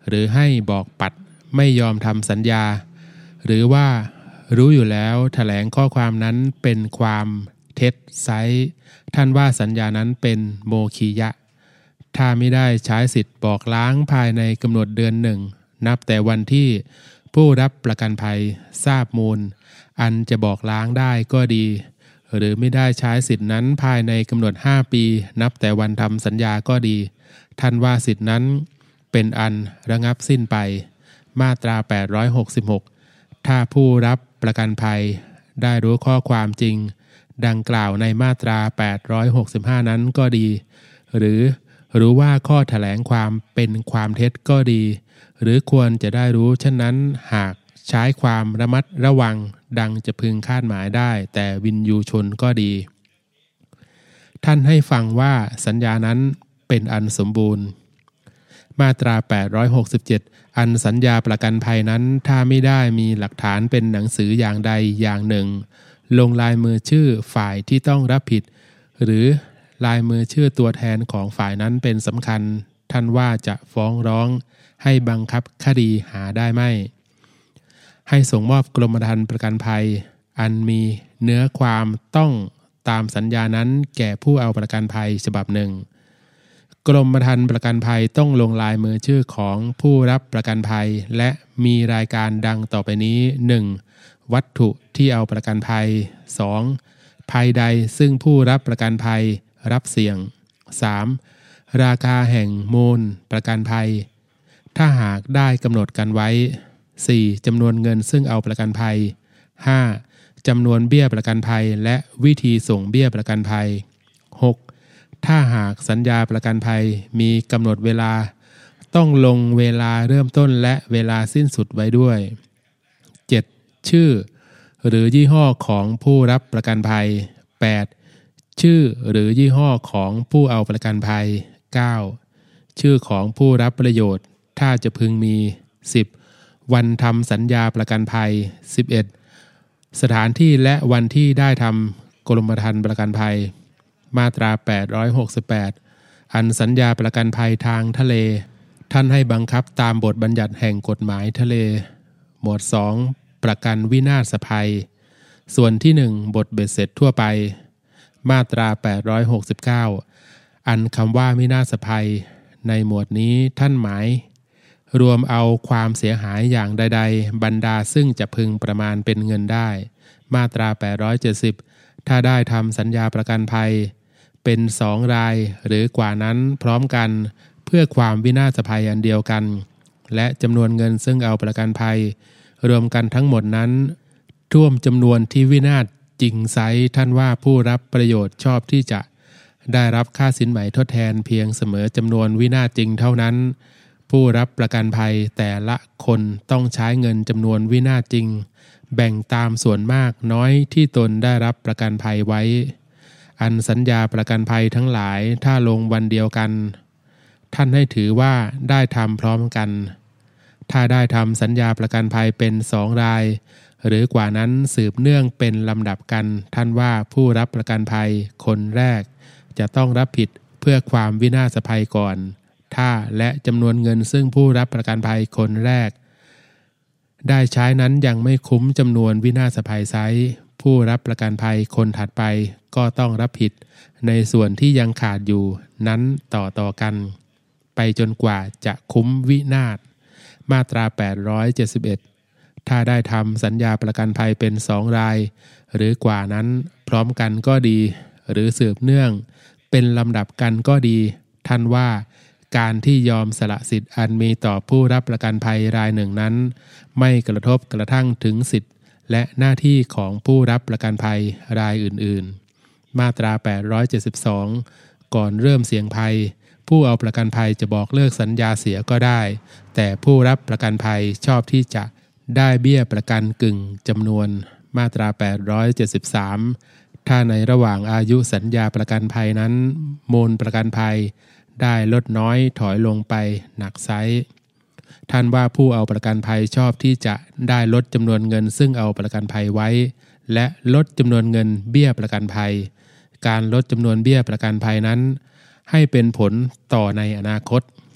หรือให้บอกปัดไม่ยอมทำสัญญาหรือว่ารู้อยู่แล้วแถลงข้อความนั้นเป็นความเท็จไซร้ท่านว่าสัญญานั้นเป็นโมคียะถ้าไม่ได้ใช้สิทธิ์บอกล้างภายในกำหนดเดือนหนึ่งนับแต่วันที่ผู้รับประกันภัยทราบมูลอันจะบอกล้างได้ก็ดีหรือไม่ได้ใช้สิทธินั้นภายในกำหนดห้าปีนับแต่วันทำสัญญาก็ดีท่านว่าสิทธินั้นเป็นอันระงับสิ้นไปมาตราแปดร้อยหกสิบหกถ้าผู้รับประกันภัยได้รู้ข้อความจริงดังกล่าวในมาตราแปดร้อยหกสิบห้านั้นก็ดีหรือรู้ว่าข้อแถลงความเป็นความเท็จก็ดีหรือควรจะได้รู้เช่นนั้นหากใช้ความระมัดระวังดังจะพึงคาดหมายได้แต่วินยูชนก็ดีท่านให้ฟังว่าสัญญานั้นเป็นอันสมบูรณ์มาตราแปดร้อยหกสิบเจ็ดอันสัญญาประกันภัยนั้นถ้าไม่ได้มีหลักฐานเป็นหนังสืออย่างใดอย่างหนึ่งลงลายมือชื่อฝ่ายที่ต้องรับผิดหรือลายมือชื่อตัวแทนของฝ่ายนั้นเป็นสำคัญท่านว่าจะฟ้องร้องให้บังคับคดีหาได้ไม่ให้ส่งมอบกรมธรรม์ประกันภัยอันมีเนื้อความต้องตามสัญญานั้นแก่ผู้เอาประกันภัยฉบับหนึ่งกรมธรรม์ประกันภัยต้องลงลายมือชื่อของผู้รับประกันภัยและมีรายการดังต่อไปนี้ หนึ่ง. วัตถุที่เอาประกันภัย สอง. ภัยใดซึ่งผู้รับประกันภัยรับเสี่ยง สาม. ราคาแห่งมูลประกันภัยถ้าหากได้กำหนดกันไว้ สี่. จำนวนเงินซึ่งเอาประกันภัย ห้า. จำนวนเบี้ยประกันภัยและวิธีส่งเบี้ยประกันภัย หก. ถ้าหากสัญญาประกันภัยมีกำหนดเวลาต้องลงเวลาเริ่มต้นและเวลาสิ้นสุดไว้ด้วย เจ็ด. ชื่อหรือยี่ห้อของผู้รับประกันภัย แปด. ชื่อหรือยี่ห้อของผู้เอาประกันภัย เก้า. ชื่อของผู้รับประโยชน์ถ้าจะพึงมี สิบ. วันทำสัญญาประกันภัย สิบเอ็ด. สถานที่และวันที่ได้ทำกรมธรรม์ประกันภัยมาตราแปดร้อยหกสิบแปดอันสัญญาประกันภัยทางทะเลท่านให้บังคับตามบทบัญญัติแห่งกฎหมายทะเลหมวดสองประกันวินาศภัยส่วนที่หนึ่งบทเบ็ดเสร็จทั่วไปมาตราแปดร้อยหกสิบเก้าอันคำว่าวินาศภัยในหมวดนี้ท่านหมายรวมเอาความเสียหายอย่างใดๆบรรดาซึ่งจะพึงประมาณเป็นเงินได้มาตราแปดร้อยเจ็ดสิบถ้าได้ทำสัญญาประกันภัยเป็นสองรายหรือกว่านั้นพร้อมกันเพื่อความวินาศภัยอันเดียวกันและจำนวนเงินซึ่งเอาประกันภัยรวมกันทั้งหมดนั้นท่วมจำนวนที่วินาศจริงไซร้ท่านว่าผู้รับประโยชน์ชอบที่จะได้รับค่าสินไหมทดแทนเพียงเสมอจำนวนวินาศจริงเท่านั้นผู้รับประกันภัยแต่ละคนต้องใช้เงินจำนวนวินาศจริงแบ่งตามส่วนมากน้อยที่ตนได้รับประกันภัยไว้อันสัญญาประกันภัยทั้งหลายถ้าลงวันเดียวกันท่านให้ถือว่าได้ทำพร้อมกันถ้าได้ทำสัญญาประกันภัยเป็นสองรายหรือกว่านั้นสืบเนื่องเป็นลำดับกันท่านว่าผู้รับประกันภัยคนแรกจะต้องรับผิดเพื่อความวินาศภัยก่อนถ้าและจำนวนเงินซึ่งผู้รับประกันภัยคนแรกได้ใช้นั้นยังไม่คุ้มจำนวนวินาศภัยไซร้ผู้รับประกันภัยคนถัดไปก็ต้องรับผิดในส่วนที่ยังขาดอยู่นั้นต่อต่อกันไปจนกว่าจะคุ้มวินาศมาตราแปดร้อยเจ็ดสิบเอ็ดถ้าได้ทำสัญญาประกันภัยเป็นสองรายหรือกว่านั้นพร้อมกันก็ดีหรือสืบเนื่องเป็นลำดับกันก็ดีท่านว่าการที่ยอมสละสิทธิ์อันมีต่อผู้รับประกันภัยรายหนึ่งนั้นไม่กระทบกระทั่งถึงสิทธิ์และหน้าที่ของผู้รับประกันภัยรายอื่นๆมาตราแปดร้อยเจ็ดสิบสองก่อนเริ่มเสี่ยงภัยผู้เอาประกันภัยจะบอกเลิกสัญญาเสียก็ได้แต่ผู้รับประกันภัยชอบที่จะได้เบี้ยประกันกึ่งจำนวนมาตราแปดร้อยเจ็ดสิบสามถ้าในระหว่างอายุสัญญาประกันภัยนั้นมูลประกันภัยได้ลดน้อยถอยลงไปหนักไซร้ท่านว่าผู้เอาประกันภัยชอบที่จะได้ลดจำนวนเงินซึ่งเอาประกันภัยไว้และลดจำนวนเงินเบี้ยประกันภัยการลดจำนวนเบี้ยประกันภัยนั้นให้เป็นผลต่อในอนาคต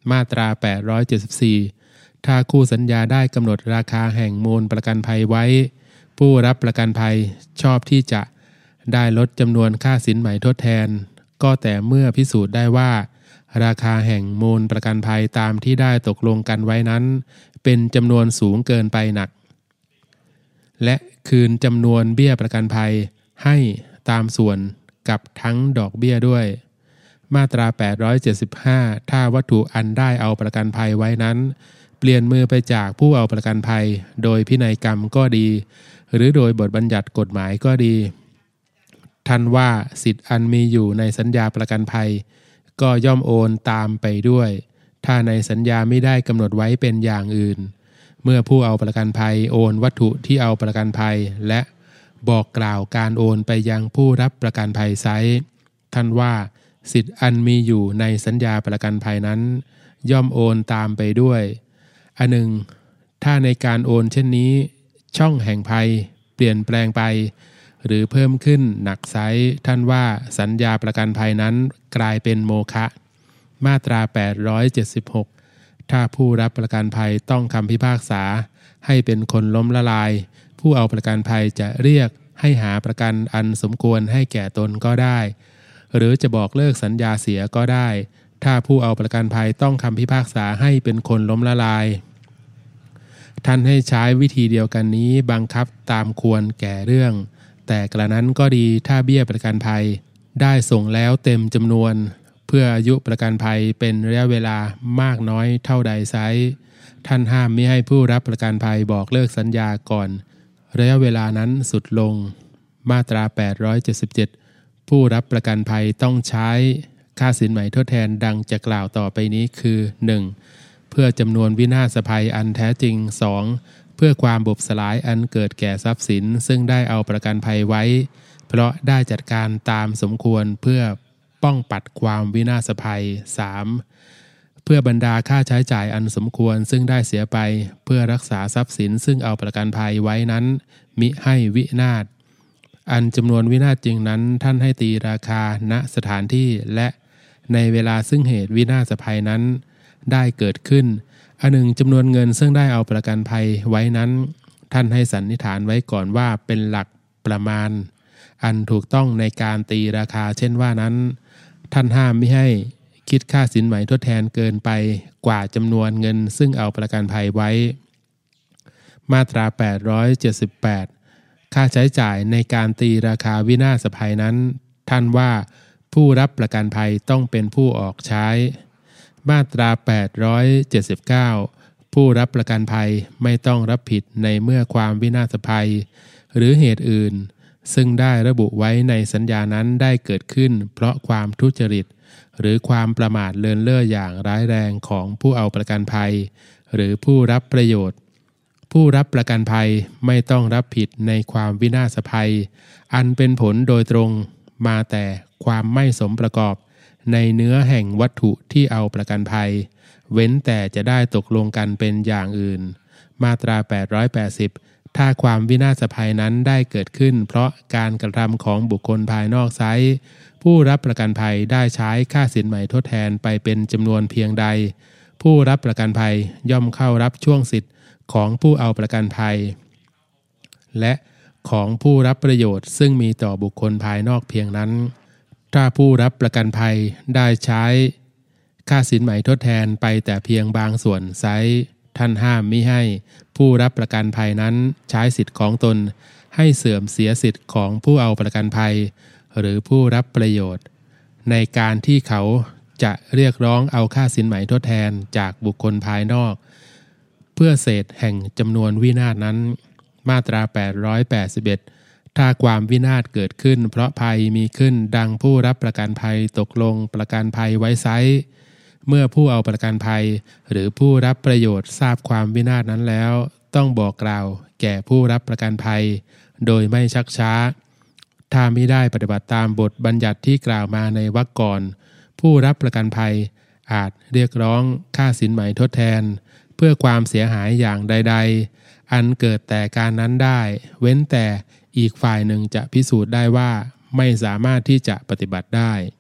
มาตราแปดร้อยเจ็ดสิบสี่ถ้าคู่สัญญาได้กำหนดราคาแห่งมูลประกันภัยไว้ผู้รับประกันภัยชอบที่จะได้ลดจำนวนค่าสินไหมทดแทนก็แต่เมื่อพิสูจน์ได้ว่าราคาแห่งมูลประกันภัยตามที่ได้ตกลงกันไว้นั้นเป็นจำนวนสูงเกินไปหนักและคืนจำนวนเบี้ยประกันภัยให้ตามส่วนกับทั้งดอกเบี้ยด้วยมาตราแปดร้อยเจ็ดสิบห้าถ้าวัตถุอันได้เอาประกันภัยไว้นั้นเปลี่ยนมือไปจากผู้เอาประกันภัยโดยพินัยกรรมก็ดีหรือโดยบทบัญญัติกฎหมายก็ดีท่านว่าสิทธิ์อันมีอยู่ในสัญญาประกันภัยก็ย่อมโอนตามไปด้วยถ้าในสัญญาไม่ได้กำหนดไว้เป็นอย่างอื่นเมื่อผู้เอาประกันภัยโอนวัตถุที่เอาประกันภัยและบอกกล่าวการโอนไปยังผู้รับประกันภัยไซร้ท่านว่าสิทธิ์อันมีอยู่ในสัญญาประกันภัยนั้นย่อมโอนตามไปด้วยอันหนึ่งถ้าในการโอนเช่นนี้ช่องแห่งภัยเปลี่ยนแปลงไปหรือเพิ่มขึ้นหนักไซร้ท่านว่าสัญญาประกันภัยนั้นกลายเป็นโมฆะมาตราแปดร้อยเจ็ดสิบหกถ้าผู้รับประกันภัยต้องคำพิพากษาให้เป็นคนล้มละลายผู้เอาประกันภัยจะเรียกให้หาประกันอันสมควรให้แก่ตนก็ได้หรือจะบอกเลิกสัญญาเสียก็ได้ถ้าผู้เอาประกันภัยต้องคำพิพากษาให้เป็นคนล้มละลายท่านให้ใช้วิธีเดียวกันนี้บังคับตามควรแก่เรื่องแต่กระนั้นก็ดีถ้าเบี้ยประกันภัยได้ส่งแล้วเต็มจำนวนเพื่ออายุประกันภัยเป็นระยะเวลามากน้อยเท่าใดไซร้ท่านห้ามมิให้ผู้รับประกันภัยบอกเลิกสัญญาก่อนระยะเวลานั้นสุดลงมาตราแปดร้อยเจ็ดสิบเจ็ดผู้รับประกันภัยต้องใช้ค่าสินไหมทดแทนดังจะกล่าวต่อไปนี้คือ หนึ่ง. เพื่อจำนวนวินาศภัยอันแท้จริง สอง. เพื่อความบุบสลายอันเกิดแก่ทรัพย์สินซึ่งได้เอาประกันภัยไว้เพราะได้จัดการตามสมควรเพื่อป้องปัดความวินาศภัย สาม. เพื่อบรรดาค่าใช้จ่ายอันสมควรซึ่งได้เสียไปเพื่อรักษาทรัพย์สินซึ่งเอาประกันภัยไว้นั้นมิให้วินาศอันจำนวนวินาศจริงนั้นท่านให้ตีราคาณสถานที่และในเวลาซึ่งเหตุวินาศภัยนั้นได้เกิดขึ้นอันหนึ่งจำนวนเงินซึ่งได้เอาประกันภัยไว้นั้นท่านให้สันนิษฐานไว้ก่อนว่าเป็นหลักประมาณอันถูกต้องในการตีราคาเช่นว่านั้นท่านห้ามไม่ให้คิดค่าสินไหมทดแทนเกินไปกว่าจำนวนเงินซึ่งเอาประกันภัยไว้มาตราแปดร้อยเจ็ดสิบแปดค่าใช้จ่ายในการตีราคาวินาศภัยนั้นท่านว่าผู้รับประกันภัยต้องเป็นผู้ออกใช้มาตราแปดร้อยเจ็ดสิบเก้าผู้รับประกันภัยไม่ต้องรับผิดในเมื่อความวินาศภัยหรือเหตุอื่นซึ่งได้ระบุไว้ในสัญญานั้นได้เกิดขึ้นเพราะความทุจริตหรือความประมาทเลินเล่ออย่างร้ายแรงของผู้เอาประกันภัยหรือผู้รับประโยชน์ผู้รับประกันภัยไม่ต้องรับผิดในความวินาศภัยอันเป็นผลโดยตรงมาแต่ความไม่สมประกอบในเนื้อแห่งวัตถุที่เอาประกันภัยเว้นแต่จะได้ตกลงกันเป็นอย่างอื่นมาตราแปดร้อยแปดสิบถ้าความวินาศภัยนั้นได้เกิดขึ้นเพราะการกระทำของบุคคลภายนอกไซร้ผู้รับประกันภัยได้ใช้ค่าสินไหมทดแทนไปเป็นจำนวนเพียงใดผู้รับประกันภัยย่อมเข้ารับช่วงสิทธิ์ของผู้เอาประกันภัยและของผู้รับประโยชน์ซึ่งมีต่อบุคคลภายนอกเพียงนั้นถ้าผู้รับประกันภัยได้ใช้ค่าสินไหมทดแทนไปแต่เพียงบางส่วนไซร้ท่านห้ามมิให้ผู้รับประกันภัยนั้นใช้สิทธิ์ของตนให้เสื่อมเสียสิทธิ์ของผู้เอาประกันภัยหรือผู้รับประโยชน์ในการที่เขาจะเรียกร้องเอาค่าสินไหมทดแทนจากบุคคลภายนอกเพื่อเศษแห่งจำนวนวินาศนั้นมาตราแปดร้อยแปดสิบเอ็ดถ้าความวินาศเกิดขึ้นเพราะภัยมีขึ้นดังผู้รับประกันภัยตกลงประกันภัยไว้ไซร้เมื่อผู้เอาประกันภัยหรือผู้รับประโยชน์ทราบความวินาศนั้นแล้วต้องบอกกล่าวแก่ผู้รับประกันภัยโดยไม่ชักช้าถ้ามิได้ปฏิบัติตามบทบัญญัติที่กล่าวมาในวรรคก่อนผู้รับประกันภัยอาจเรียกร้องค่าสินไหมทดแทนเพื่อความเสียหายอย่างใดๆอันเกิดแต่การนั้นได้เว้นแต่อีกฝ่ายหนึ่งจะพิสูจน์ได้ว่าไม่สามารถที่จะปฏิบัติได้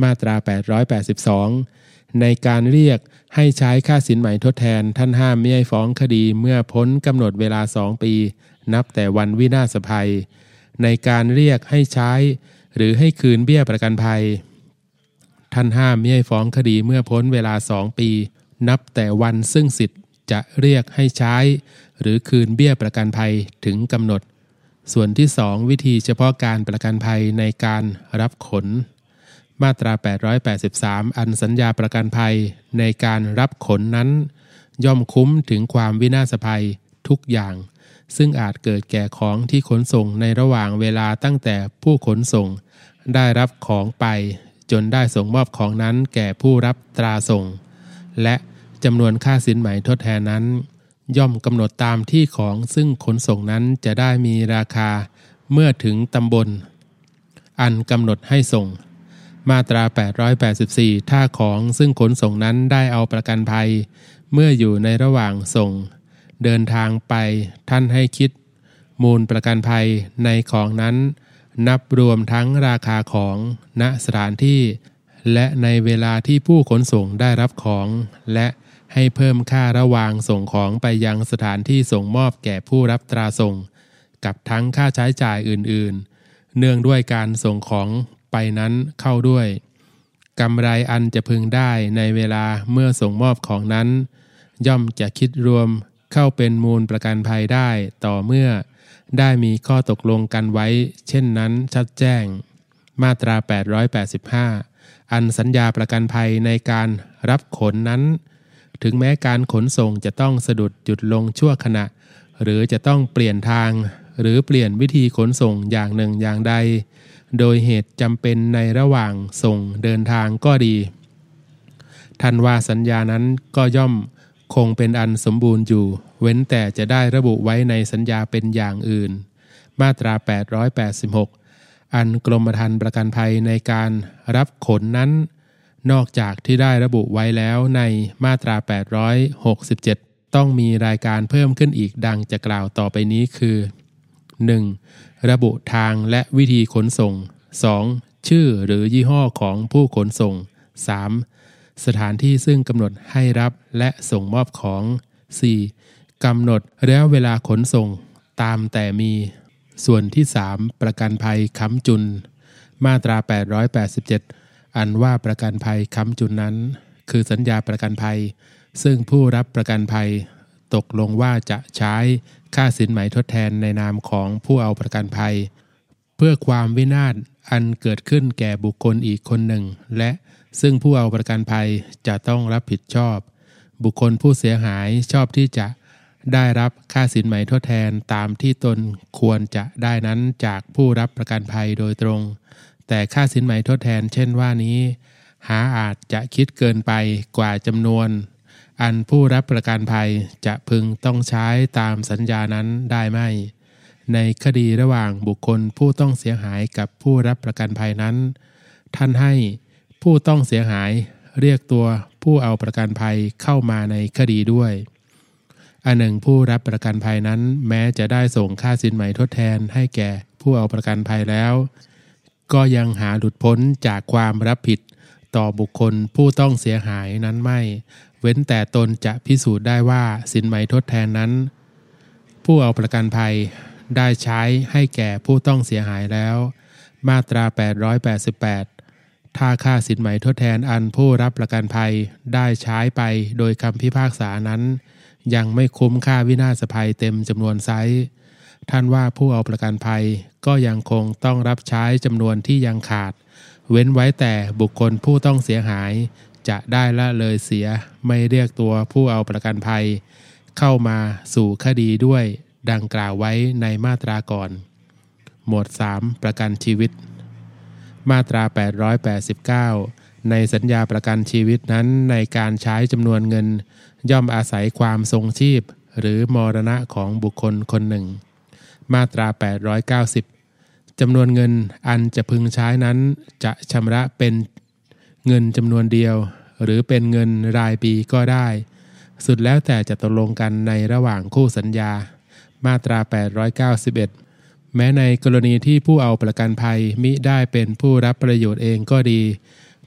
มาตราแปดร้อยแปดสิบสองในการเรียกให้ใช้ค่าสินไหมทดแทนท่านห้ามมิให้ฟ้องคดีเมื่อพ้นกำหนดเวลาสองปีนับแต่วันวินาศภัยในการเรียกให้ใช้หรือให้คืนเบี้ยประกันภัยท่านห้ามมิให้ฟ้องคดีเมื่อพ้นเวลาสองปีนับแต่วันซึ่งสิทธิ์จะเรียกให้ใช้หรือคืนเบี้ยประกันภัยถึงกำหนดส่วนที่สองวิธีเฉพาะการประกันภัยในการรับขนมาตราแปดร้อยแปดสิบสามอันสัญญาประกันภัยในการรับขนนั้นย่อมคุ้มถึงความวินาศภัยทุกอย่างซึ่งอาจเกิดแก่ของที่ขนส่งในระหว่างเวลาตั้งแต่ผู้ขนส่งได้รับของไปจนได้ส่งมอบของนั้นแก่ผู้รับตราส่งและจำนวนค่าสินไหมทดแทนนั้นย่อมกำหนดตามที่ของซึ่งขนส่งนั้นจะได้มีราคาเมื่อถึงตำบลอันกำหนดให้ส่งมาตราแปดร้อยแปดสิบสี่ถ้าของซึ่งขนส่งนั้นได้เอาประกันภัยเมื่ออยู่ในระหว่างส่งเดินทางไปท่านให้คิดมูลประกันภัยในของนั้นนับรวมทั้งราคาของณสถานที่และในเวลาที่ผู้ขนส่งได้รับของและให้เพิ่มค่าระหว่างส่งของไปยังสถานที่ส่งมอบแก่ผู้รับตราส่งกับทั้งค่าใช้จ่ายอื่นๆเนื่องด้วยการส่งของไปนั้นเข้าด้วยกำไรอันจะพึงได้ในเวลาเมื่อส่งมอบของนั้นย่อมจะคิดรวมเข้าเป็นมูลประกันภัยได้ต่อเมื่อได้มีข้อตกลงกันไว้เช่นนั้นชัดแจ้งมาตราแปดร้อยแปดสิบห้าอันสัญญาประกันภัยในการรับขนนั้นถึงแม้การขนส่งจะต้องสะดุดหยุดลงชั่วขณะหรือจะต้องเปลี่ยนทางหรือเปลี่ยนวิธีขนส่งอย่างหนึ่งอย่างใดโดยเหตุจำเป็นในระหว่างส่งเดินทางก็ดีท่านว่าสัญญานั้นก็ย่อมคงเป็นอันสมบูรณ์อยู่เว้นแต่จะได้ระบุไว้ในสัญญาเป็นอย่างอื่นมาตราแปดร้อยแปดสิบหกอันกรมธรรม์ประกันภัยในการรับขนนั้นนอกจากที่ได้ระบุไว้แล้วในมาตราแปดร้อยหกสิบเจ็ดต้องมีรายการเพิ่มขึ้นอีกดังจะกล่าวต่อไปนี้คือ หนึ่ง. ระบุทางและวิธีขนส่ง สอง. ชื่อหรือยี่ห้อของผู้ขนส่ง สาม. สถานที่ซึ่งกำหนดให้รับและส่งมอบของ สี่. กำหนดระยะเวลาขนส่งตามแต่มีส่วนที่สามประกันภัยค้ำจุนมาตราแปดร้อยแปดสิบเจ็ดอันว่าประกันภัยค้ำจุนนั้นคือสัญญาประกันภัยซึ่งผู้รับประกันภัยตกลงว่าจะใช้ค่าสินไหมทดแทนในนามของผู้เอาประกันภัยเพื่อความวินาศอันเกิดขึ้นแก่บุคคลอีกคนหนึ่งและซึ่งผู้เอาประกันภัยจะต้องรับผิดชอบบุคคลผู้เสียหายชอบที่จะได้รับค่าสินไหมทดแทนตามที่ตนควรจะได้นั้นจากผู้รับประกันภัยโดยตรงแต่ค่าสินไหมทดแทนเช่นว่านี้หาอาจจะคิดเกินไปกว่าจำนวนอันผู้รับประกันภัยจะพึงต้องใช้ตามสัญญานั้นได้ไหมในคดีระหว่างบุคคลผู้ต้องเสียหายกับผู้รับประกันภัยนั้นท่านให้ผู้ต้องเสียหายเรียกตัวผู้เอาประกันภัยเข้ามาในคดีด้วยอันหนึ่งผู้รับประกันภัยนั้นแม้จะได้ส่งค่าสินไหมทดแทนให้แก่ผู้เอาประกันภัยแล้วก็ยังหาหลุดพ้นจากความรับผิดต่อบุคคลผู้ต้องเสียหายนั้นไม่เว้นแต่ตนจะพิสูจน์ได้ว่าสินไหมทดแทนนั้นผู้เอาประกันภัยได้ใช้ให้แก่ผู้ต้องเสียหายแล้วมาตราแปดร้อยแปดสิบแปดถ้าค่าสินไหมทดแทนอันผู้รับประกันภัยได้ใช้ไปโดยคำพิพากษานั้นยังไม่คุ้มค่าวินาศภัยเต็มจำนวนไซส์ท่านว่าผู้เอาประกันภัยก็ยังคงต้องรับใช้จำนวนที่ยังขาดเว้นไว้แต่บุคคลผู้ต้องเสียหายจะได้ละเลยเสียไม่เรียกตัวผู้เอาประกันภัยเข้ามาสู่คดีด้วยดังกล่าวไว้ในมาตราก่อนหมวดสามประกันชีวิตมาตราแปดร้อยแปดสิบเก้าในสัญญาประกันชีวิตนั้นในการใช้จำนวนเงินย่อมอาศัยความทรงชีพหรือมรณะของบุคคลคนหนึ่งมาตราแปดร้อยเก้าสิบจำนวนเงินอันจะพึงใช้นั้นจะชำระเป็นเงินจำนวนเดียวหรือเป็นเงินรายปีก็ได้สุดแล้วแต่จะตกลงกันในระหว่างคู่สัญญามาตราแปดร้อยเก้าสิบเอ็ดแม้ในกรณีที่ผู้เอาประกันภัยมิได้เป็นผู้รับประโยชน์เองก็ดี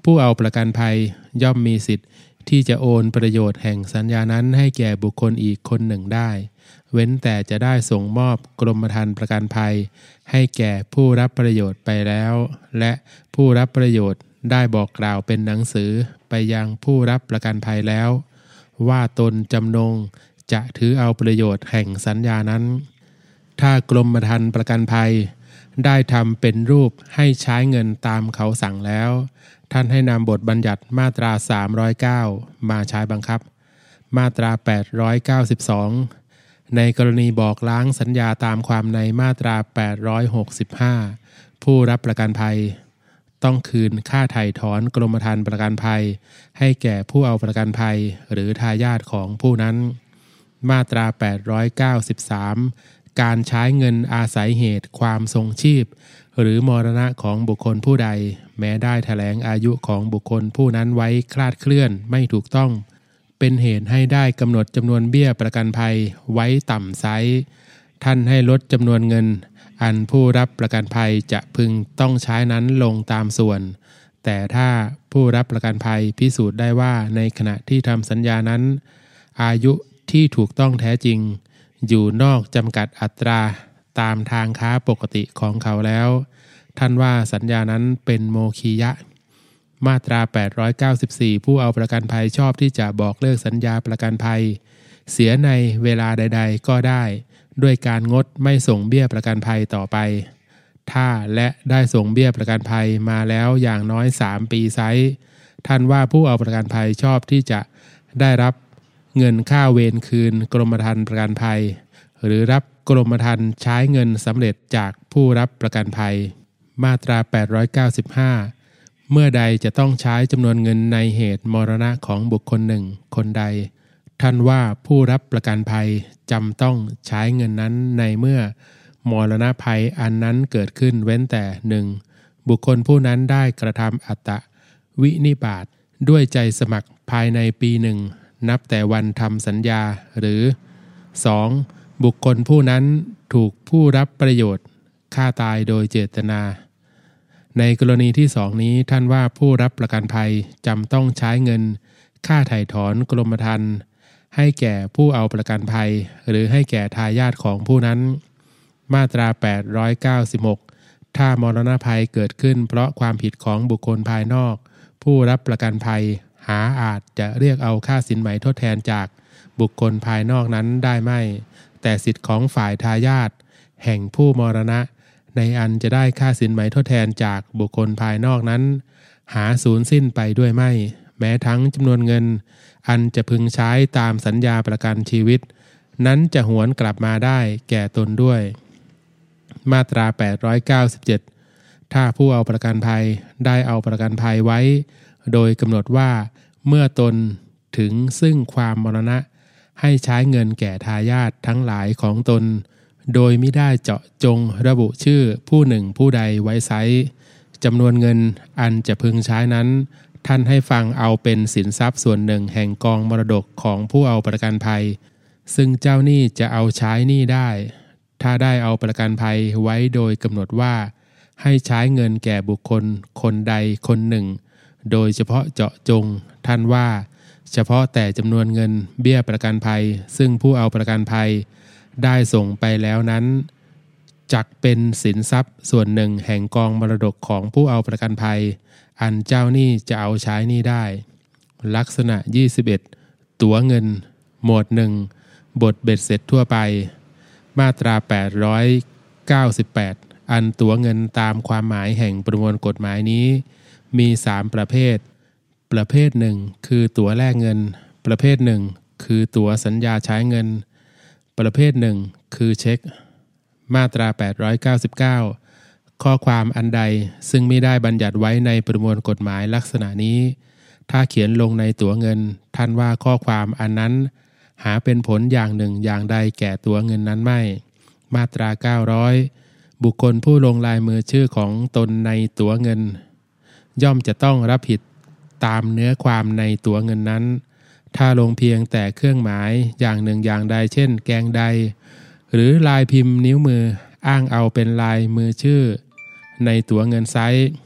ผู้เอาประกันภัยย่อมมีสิทธิ์ที่จะโอนประโยชน์แห่งสัญญานั้นให้แก่บุคคลอีกคนหนึ่งได้เว้นแต่จะได้ส่งมอบกรมธรรม์ประกันภัยให้แก่ผู้รับประโยชน์ไปแล้วและผู้รับประโยชน์ได้บอกกล่าวเป็นหนังสือไปยังผู้รับประกันภัยแล้วว่าตนจำนงจะถือเอาประโยชน์แห่งสัญญานั้นถ้ากรมธรรม์ประกันภัยได้ทำเป็นรูปให้ใช้เงินตามเขาสั่งแล้วท่านให้นำบทบัญญัติมาตราสามร้อยเก้ามาใช้บังคับมาตราแปดร้อยเก้าสิบสองในกรณีบอกล้างสัญญาตามความในมาตราแปดร้อยหกสิบห้าผู้รับประกันภัยต้องคืนค่าไถ่ถอนกรมธรรม์ประกันภัยให้แก่ผู้เอาประกันภัยหรือทายาทของผู้นั้นมาตราแปดร้อยเก้าสิบสามการใช้เงินอาศัยเหตุความทรงชีพหรือมรณะของบุคคลผู้ใดแม้ได้แถลงอายุของบุคคลผู้นั้นไว้คลาดเคลื่อนไม่ถูกต้องเป็นเหตุให้ได้กำหนดจำนวนเบี้ยประกันภัยไว้ต่ำไซร้ท่านให้ลดจำนวนเงินอันผู้รับประกันภัยจะพึงต้องใช้นั้นลงตามส่วนแต่ถ้าผู้รับประกันภัยพิสูจน์ได้ว่าในขณะที่ทำสัญญานั้นอายุที่ถูกต้องแท้จริงอยู่นอกจำกัดอัตราตามทางค้าปกติของเขาแล้วท่านว่าสัญญานั้นเป็นโมฆียะมาตราแปดร้อยเก้าสิบสี่ผู้เอาประกันภัยชอบที่จะบอกเลิกสัญญาประกันภัยเสียในเวลาใดๆก็ได้ด้วยการงดไม่ส่งเบี้ยประกันภัยต่อไปถ้าและได้ส่งเบี้ยประกันภัยมาแล้วอย่างน้อยสามปีไซร้ท่านว่าผู้เอาประกันภัยชอบที่จะได้รับเงินค่าเวรคืนกรมธรรม์ประกันภัยหรือรับกรมธรรม์ใช้เงินสำเร็จจากผู้รับประกันภัยมาตราแปดร้อยเก้าสิบห้าเมื่อใดจะต้องใช้จำนวนเงินในเหตุมรณะของบุคคลหนึ่งคนใดท่านว่าผู้รับประกันภัยจำต้องใช้เงินนั้นในเมื่อมรณะภัยอันนั้นเกิดขึ้นเว้นแต่หนึ่งบุคคลผู้นั้นได้กระทำอัตตวินิบาตด้วยใจสมัครภายในปีหนึ่งนับแต่วันทำสัญญาหรือสองบุคคลผู้นั้นถูกผู้รับประโยชน์ฆ่าตายโดยเจตนาในกรณีที่สองนี้ท่านว่าผู้รับประกันภัยจำต้องใช้เงินค่าไถ่ถอนกรมธรรม์ให้แก่ผู้เอาประกันภัยหรือให้แก่ทายาทของผู้นั้นมาตราแปดร้อยเก้าสิบหกถ้ามรณภัยเกิดขึ้นเพราะความผิดของบุคคลภายนอกผู้รับประกันภัยหาอาจจะเรียกเอาค่าสินไหมทดแทนจากบุคคลภายนอกนั้นได้ไม่แต่สิทธิ์ของฝ่ายทายาทแห่งผู้มรณะในอันจะได้ค่าสินไหมทดแทนจากบุคคลภายนอกนั้นหาสูญสิ้นไปด้วยไม่แม้ทั้งจำนวนเงินอันจะพึงใช้ตามสัญญาประกันชีวิตนั้นจะหวนกลับมาได้แก่ตนด้วยมาตราแปดร้อยเก้าสิบเจ็ดถ้าผู้เอาประกันภัยได้เอาประกันภัยไว้โดยกำหนดว่าเมื่อตนถึงซึ่งความมรณะให้ใช้เงินแก่ทายาททั้งหลายของตนโดยมิได้เจาะจงระบุชื่อผู้หนึ่งผู้ใดไว้ไซร้จำนวนเงินอันจะพึงใช้นั้นท่านให้ฟังเอาเป็นสินทรัพย์ส่วนหนึ่งแห่งกองมรดกของผู้เอาประกันภัยซึ่งเจ้าหนี้จะเอาใช้หนี้ได้ถ้าได้เอาประกันภัยไว้โดยกำหนดว่าให้ใช้เงินแก่บุคคลคนใดคนหนึ่งโดยเฉพาะเจาะจงท่านว่าเฉพาะแต่จำนวนเงินเบี้ยประกันภัยซึ่งผู้เอาประกันภัยได้ส่งไปแล้วนั้นจักเป็นสินทรัพย์ส่วนหนึ่งแห่งกองมรดกของผู้เอาประกันภัยอันเจ้าหนี้จะเอาใช้หนี้ได้ลักษณะยี่สิบเอ็ดตั๋วเงินหมวดหนึ่งบทเบ็ดเสร็จทั่วไปมาตราแปดร้อยเก้าสิบแปดอันตั๋วเงินตามความหมายแห่งประมวลกฎหมายนี้มีสามประเภทประเภทหนึ่งคือตั๋วแลกเงินประเภทหนึ่งคือตั๋วสัญญาใช้เงินประเภทหนึ่งคือเช็คมาตราแปดร้อยเก้าสิบเก้าข้อความอันใดซึ่งไม่ได้บัญญัติไว้ในประมวลกฎหมายลักษณะนี้ถ้าเขียนลงในตั๋วเงินท่านว่าข้อความอันนั้นหาเป็นผลอย่างหนึ่งอย่างใดแก่ตั๋วเงินนั้นไม่มาตราเก้าร้อยบุคคลผู้ลงลายมือชื่อของตนในตั๋วเงินย่อมจะต้องรับผิดตามเนื้อความในตั๋วเงินนั้นถ้าลงเพียงแต่เครื่องหมายอย่างหนึ่งอย่างใดเช่นแกงใดหรือลายพิมพ์นิ้วมืออ้างเอาเป็นลายมือชื่อในตั๋วเงินไซร้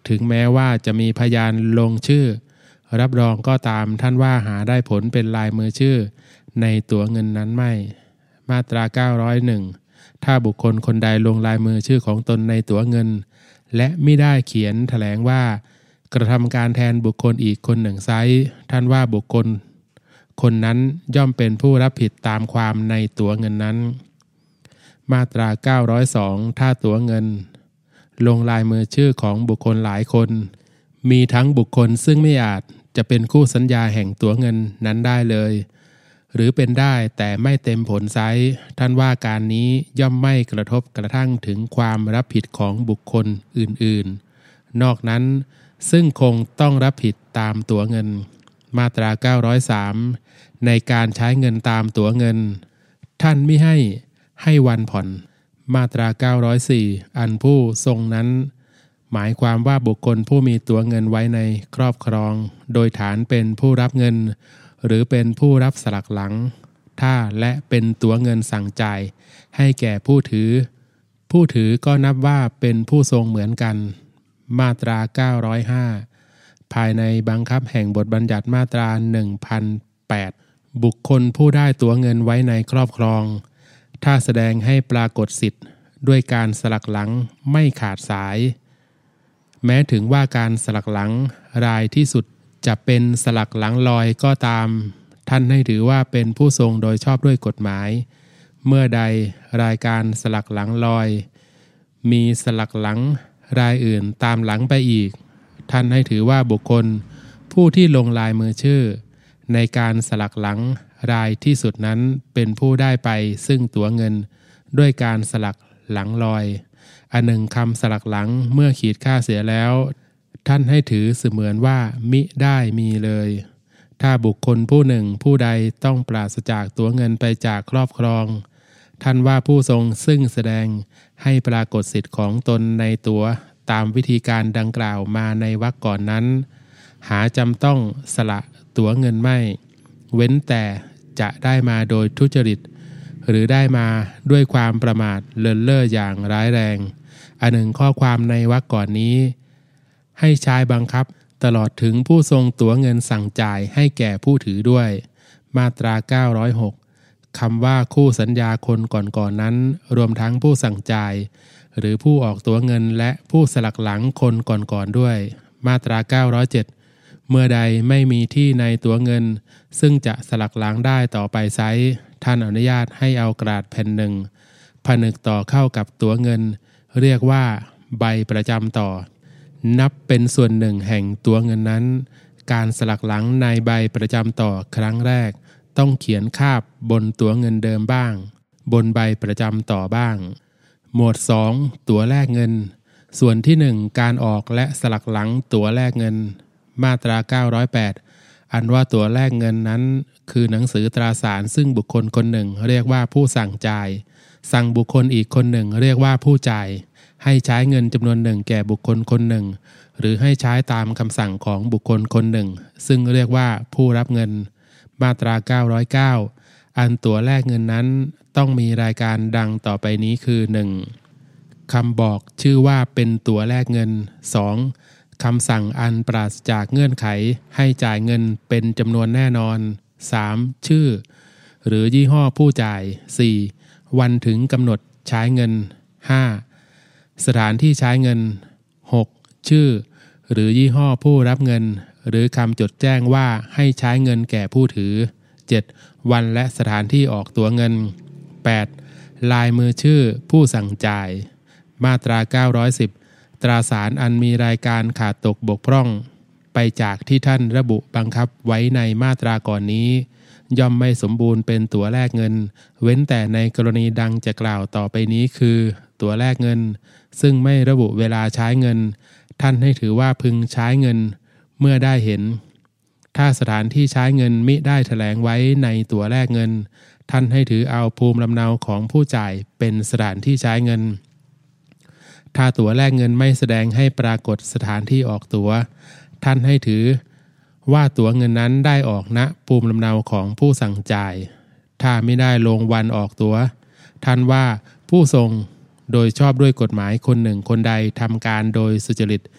ถึงแม้ว่าจะมีพยานลงชื่อรับรองก็ตามท่านว่าหาได้ผลเป็นลายมือชื่อในตั๋วเงินนั้นไม่มาตราเก้าร้อยเอ็ดถ้าบุคคลคนใดลงลายมือชื่อของตนในตั๋วเงินและมิได้เขียนแถลงว่ากระทำการแทนบุคคลอีกคนหนึ่งไซร้ท่านว่าบุคคลคนนั้นย่อมเป็นผู้รับผิดตามความในตั๋วเงินนั้นมาตราเก้าร้อยสองถ้าตั๋วเงินลงลายมือชื่อของบุคคลหลายคนมีทั้งบุคคลซึ่งไม่อาจจะเป็นคู่สัญญาแห่งตั๋วเงินนั้นได้เลยหรือเป็นได้แต่ไม่เต็มผลไซร้ท่านว่าการนี้ย่อมไม่กระทบกระทั่งถึงความรับผิดของบุคคลอื่นๆนอกนั้นซึ่งคงต้องรับผิดตามตั๋วเงินมาตราเก้าร้อยสามในการใช้เงินตามตั๋วเงินท่านมิให้ให้วันผ่อนมาตราเก้าร้อยสี่อันผู้ทรงนั้นหมายความว่าบุคคลผู้มีตั๋วเงินไว้ในครอบครองโดยฐานเป็นผู้รับเงินหรือเป็นผู้รับสลักหลังถ้าและเป็นตั๋วเงินสั่งจ่ายให้แก่ผู้ถือผู้ถือก็นับว่าเป็นผู้ทรงเหมือนกันมาตราเก้าร้อยห้าภายในบังคับแห่งบทบัญญัติมาตราหนึ่งพันแปดบุคคลผู้ได้ตั๋วเงินไว้ในครอบครองถ้าแสดงให้ปรากฏสิทธิ์ด้วยการสลักหลังไม่ขาดสายแม้ถึงว่าการสลักหลังรายที่สุดจะเป็นสลักหลังลอยก็ตามท่านให้ถือว่าเป็นผู้ทรงโดยชอบด้วยกฎหมายเมื่อใดรายการสลักหลังลอยมีสลักหลังรายอื่นตามหลังไปอีกท่านให้ถือว่าบุคคลผู้ที่ลงลายมือชื่อในการสลักหลังรายที่สุดนั้นเป็นผู้ได้ไปซึ่งตั๋วเงินด้วยการสลักหลังลอยอันหนึ่งคำสลักหลังเมื่อขีดค่าเสียแล้วท่านให้ถือเสมือนว่ามิได้มีเลยถ้าบุคคลผู้หนึ่งผู้ใดต้องปราศจากตั๋วเงินไปจากครอบครองท่านว่าผู้ทรงซึ่งแสดงให้ปรากฏสิทธิ์ของตนในตั๋วตามวิธีการดังกล่าวมาในวรรคก่อนนั้นหาจำต้องสละตั๋วเงินไม่เว้นแต่จะได้มาโดยทุจริตหรือได้มาด้วยความประมาทเลินเล่ออย่างร้ายแรงอันหนึ่งข้อความในวรรคก่อนนี้ให้ใช้บังคับตลอดถึงผู้ทรงตั๋วเงินสั่งจ่ายให้แก่ผู้ถือด้วยมาตราเก้าร้อยหกคำว่าคู่สัญญาคนก่อนๆ น, นั้นรวมทั้งผู้สั่งจ่ายหรือผู้ออกตั๋วเงินและผู้สลักหลังคนก่อนๆด้วยมาตราเก้าร้อยเจ็ดเมื่อใดไม่มีที่ในตั๋วเงินซึ่งจะสลักหลังได้ต่อไปไซร้ท่านอนุญาตให้เอากระดาษแผ่นหนึ่งผนึกต่อเข้ากับตั๋วเงินเรียกว่าใบประจำต่อนับเป็นส่วนหนึ่งแห่งตั๋วเงินนั้นการสลักหลังในใบประจำต่อครั้งแรกต้องเขียนคาบบนตั๋วเงินเดิมบ้างบนใบประจำต่อบ้างหมวดสองตั๋วแลกเงินส่วนที่หนึ่งการออกและสลักหลังตั๋วแลกเงินมาตราเก้าร้อยแปดอันว่าตั๋วแลกเงินนั้นคือหนังสือตราสารซึ่งบุคคลคนหนึ่งเรียกว่าผู้สั่งจ่ายสั่งบุคคลอีกคนหนึ่งเรียกว่าผู้จ่ายให้ใช้เงินจำนวนหนึ่งแก่บุคคลคนหนึ่งหรือให้ใช้ตามคำสั่งของบุคคลคนหนึ่งซึ่งเรียกว่าผู้รับเงินมาตราเก้าร้อยเก้าอันตั๋วแลกเงินนั้นต้องมีรายการดังต่อไปนี้คือ หนึ่ง. คำบอกชื่อว่าเป็นตั๋วแลกเงิน สอง. คำสั่งอันปราศจากเงื่อนไขให้จ่ายเงินเป็นจำนวนแน่นอน สาม. ชื่อหรือยี่ห้อผู้จ่าย สี่. วันถึงกำหนดใช้เงิน ห้า. สถานที่ใช้เงิน หก. ชื่อหรือยี่ห้อผู้รับเงินหรือคำจดแจ้งว่าให้ใช้เงินแก่ผู้ถือ เจ็ด. วันและสถานที่ออกตั๋วเงิน แปด. ลายมือชื่อผู้สั่งจ่ายมาตราเก้าร้อยสิบตราสารอันมีรายการขาดตกบกพร่องไปจากที่ท่านระบุบังคับไว้ในมาตราก่อนนี้ย่อมไม่สมบูรณ์เป็นตั๋วแลกเงินเว้นแต่ในกรณีดังจะกล่าวต่อไปนี้คือตั๋วแลกเงินซึ่งไม่ระบุเวลาใช้เงินท่านให้ถือว่าพึงใช้เงินเมื่อได้เห็นถ้าสถานที่ใช้เงินมิได้แถลงไว้ในตั๋วแลกเงินท่านให้ถือเอาภูมิลำเนาของผู้จ่ายเป็นสถานที่ใช้เงินถ้าตั๋วแลกเงินไม่แสดงให้ปรากฏสถานที่ออกตั๋วท่านให้ถือว่าตั๋วเงินนั้นได้ออกณภูมิลำเนาของผู้สั่งจ่ายถ้าไม่ได้ลงวันออกตั๋วท่านว่าผู้ทรงโดยชอบด้วยกฎหมายคนหนึ่งคนใดทำการโดยสุจริต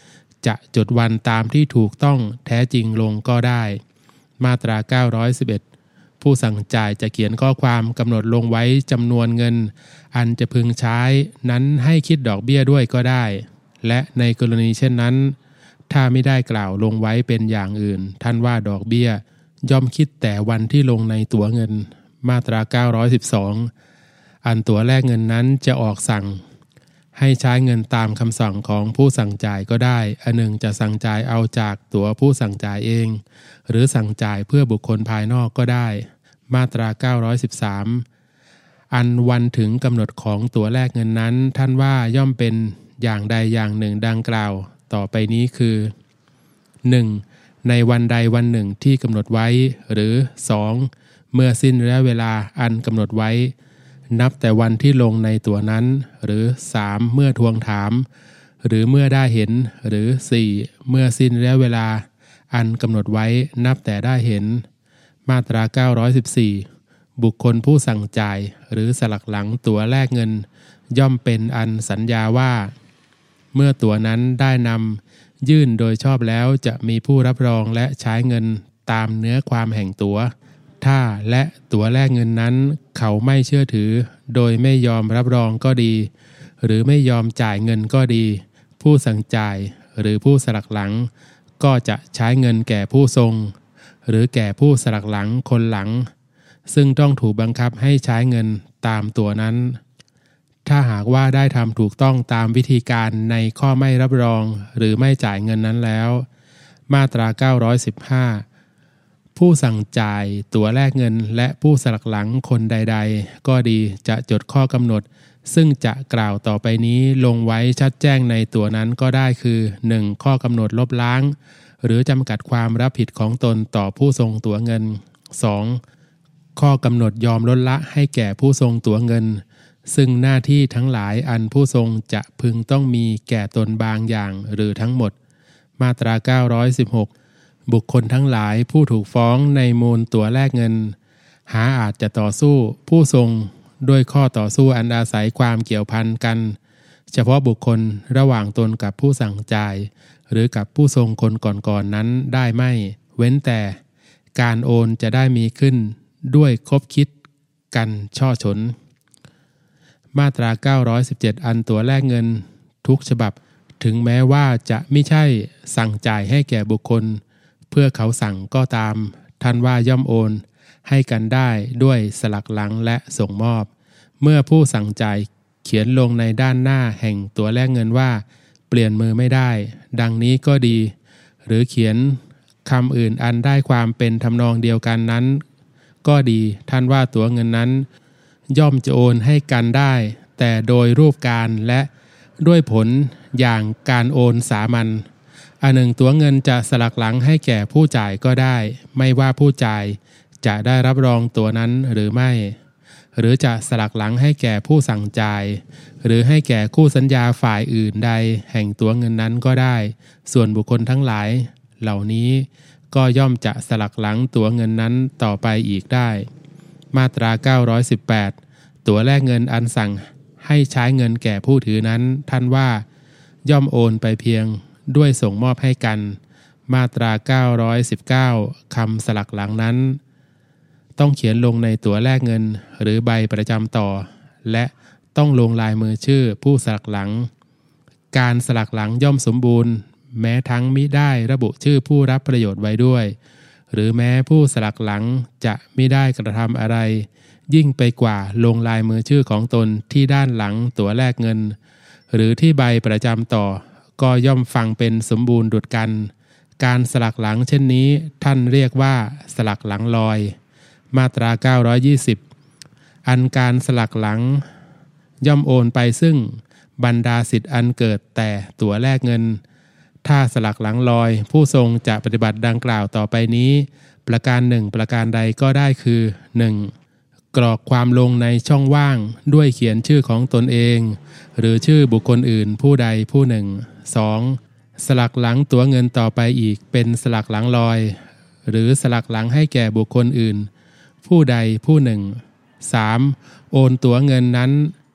จะจดวันตามที่ถูกต้องแท้จริงลงก็ได้มาตราเก้าร้อยสิบเอ็ดผู้สั่งจ่ายจะเขียนข้อความกำหนดลงไว้จำนวนเงินอันจะพึงใช้นั้นให้คิดดอกเบี้ยด้วยก็ได้และในกรณีเช่นนั้นถ้าไม่ได้กล่าวลงไว้เป็นอย่างอื่นท่านว่าดอกเบี้ยย่อมคิดแต่วันที่ลงในตั๋วเงินมาตราเก้าร้อยสิบสองอันตั๋วแลกเงินนั้นจะออกสั่งให้ใช้เงินตามคำสั่งของผู้สั่งจ่ายก็ได้อันหนึ่งจะสั่งจ่ายเอาจากตั๋วผู้สั่งจ่ายเองหรือสั่งจ่ายเพื่อบุคคลภายนอกก็ได้มาตราเก้าร้อยสิบสามอันวันถึงกำหนดของตั๋วแลกเงินนั้นท่านว่าย่อมเป็นอย่างใดอย่างหนึ่งดังกล่าวต่อไปนี้คือ หนึ่ง. ในวันใดวันหนึ่งที่กำหนดไว้หรือ สอง. เมื่อสิ้นระยะเวลาอันกำหนดไว้นับแต่วันที่ลงในตั๋วนั้นหรือ สาม. เมื่อทวงถามหรือเมื่อได้เห็นหรือ สี่. เมื่อสิ้นระยะเวลาอันกำหนดไว้นับแต่ได้เห็นมาตราเก้าร้อยสิบสี่บุคคลผู้สั่งจ่ายหรือสลักหลังตั๋วแลกเงินย่อมเป็นอันสัญญาว่าเมื่อตั๋วนั้นได้นำยื่นโดยชอบแล้วจะมีผู้รับรองและใช้เงินตามเนื้อความแห่งตั๋วถ้าและตั๋วแลกเงินนั้นเขาไม่เชื่อถือโดยไม่ยอมรับรองก็ดีหรือไม่ยอมจ่ายเงินก็ดีผู้สั่งจ่ายหรือผู้สลักหลังก็จะใช้เงินแก่ผู้ทรงหรือแก่ผู้สลักหลังคนหลังซึ่งต้องถูกบังคับให้ใช้เงินตามตั๋วนั้นถ้าหากว่าได้ทำถูกต้องตามวิธีการในข้อไม่รับรองหรือไม่จ่ายเงินนั้นแล้วมาตราเก้าร้อยสิบห้าผู้สั่งจ่ายตั๋วแลกเงินและผู้สลักหลังคนใดๆก็ดีจะจดข้อกำหนดซึ่งจะกล่าวต่อไปนี้ลงไว้ชัดแจ้งในตั๋วนั้นก็ได้คือ หนึ่ง. ข้อกำหนดลบล้างหรือจำกัดความรับผิดของตนต่อผู้ทรงตั๋วเงิน สอง. ข้อกำหนดยอมลดละให้แก่ผู้ทรงตั๋วเงินซึ่งหน้าที่ทั้งหลายอันผู้ทรงจะพึงต้องมีแก่ตนบางอย่างหรือทั้งหมดมาตราเก้าร้อยสิบหกบุคคลทั้งหลายผู้ถูกฟ้องในมูลตั๋วแลกเงินหาอาจจะต่อสู้ผู้ทรงด้วยข้อต่อสู้อันอาศัยความเกี่ยวพันกันเฉพาะบุคคลระหว่างตนกับผู้สั่งจ่ายหรือกับผู้ทรงคนก่อนๆ นั้นได้ไม่เว้นแต่การโอนจะได้มีขึ้นด้วยคบคิดกันช่อฉนมาตราเก้าร้อยสิบเจ็ดอันตั๋วแลกเงินทุกฉบับถึงแม้ว่าจะไม่ใช่สั่งจ่ายให้แก่บุคคลเพื่อเขาสั่งก็ตามท่านว่าย่อมโอนให้กันได้ด้วยสลักหลังและส่งมอบเมื่อผู้สั่งจ่ายเขียนลงในด้านหน้าแห่งตั๋วแลกเงินว่าเปลี่ยนมือไม่ได้ดังนี้ก็ดีหรือเขียนคำอื่นอันได้ความเป็นทำนองเดียวกันนั้นก็ดีท่านว่าตั๋วเงินนั้นย่อมจะโอนให้กันได้แต่โดยรูปการและด้วยผลอย่างการโอนสามัญอันหนึ่งตั๋วเงินจะสลักหลังให้แก่ผู้จ่ายก็ได้ไม่ว่าผู้จ่ายจะได้รับรองตั๋วนั้นหรือไม่หรือจะสลักหลังให้แก่ผู้สั่งจ่ายหรือให้แก่คู่สัญญาฝ่ายอื่นใดแห่งตั๋วเงินนั้นก็ได้ส่วนบุคคลทั้งหลายเหล่านี้ก็ย่อมจะสลักหลังตั๋วเงินนั้นต่อไปอีกได้มาตราเก้าร้อยสิบแปดตั๋วแลกเงินอันสั่งให้ใช้เงินแก่ผู้ถือนั้นท่านว่าย่อมโอนไปเพียงด้วยส่งมอบให้กันมาตราเก้าร้อยสิบเก้าคำสลักหลังนั้นต้องเขียนลงในตั๋วแลกเงินหรือใบประจำต่อและต้องลงลายมือชื่อผู้สลักหลังการสลักหลังย่อมสมบูรณ์แม้ทั้งมิได้ระบุชื่อผู้รับประโยชน์ไว้ด้วยหรือแม้ผู้สลักหลังจะมิได้กระทำอะไรยิ่งไปกว่าลงลายมือชื่อของตนที่ด้านหลังตั๋วแลกเงินหรือที่ใบประจำต่อก็ย่อมฟังเป็นสมบูรณ์ดุจกันการสลักหลังเช่นนี้ท่านเรียกว่าสลักหลังลอยมาตราเก้าร้อยยี่สิบอันการสลักหลังย่อมโอนไปซึ่งบรรดาสิทธิ์อันเกิดแต่ตั๋วแลกเงินถ้าสลักหลังลอยผู้ทรงจะปฏิบัติดังกล่าวต่อไปนี้ประการหนึ่งประการใดก็ได้คือ หนึ่ง. กรอกความลงในช่องว่างด้วยเขียนชื่อของตนเองหรือชื่อบุคคลอื่นผู้ใดผู้หนึ่ง สอง. สลักหลังตั๋วเงินต่อไปอีกเป็นสลักหลังลอยหรือสลักหลังให้แก่บุคคลอื่นผู้ใดผู้หนึ่ง สาม. โอนตั๋วเงินนั้น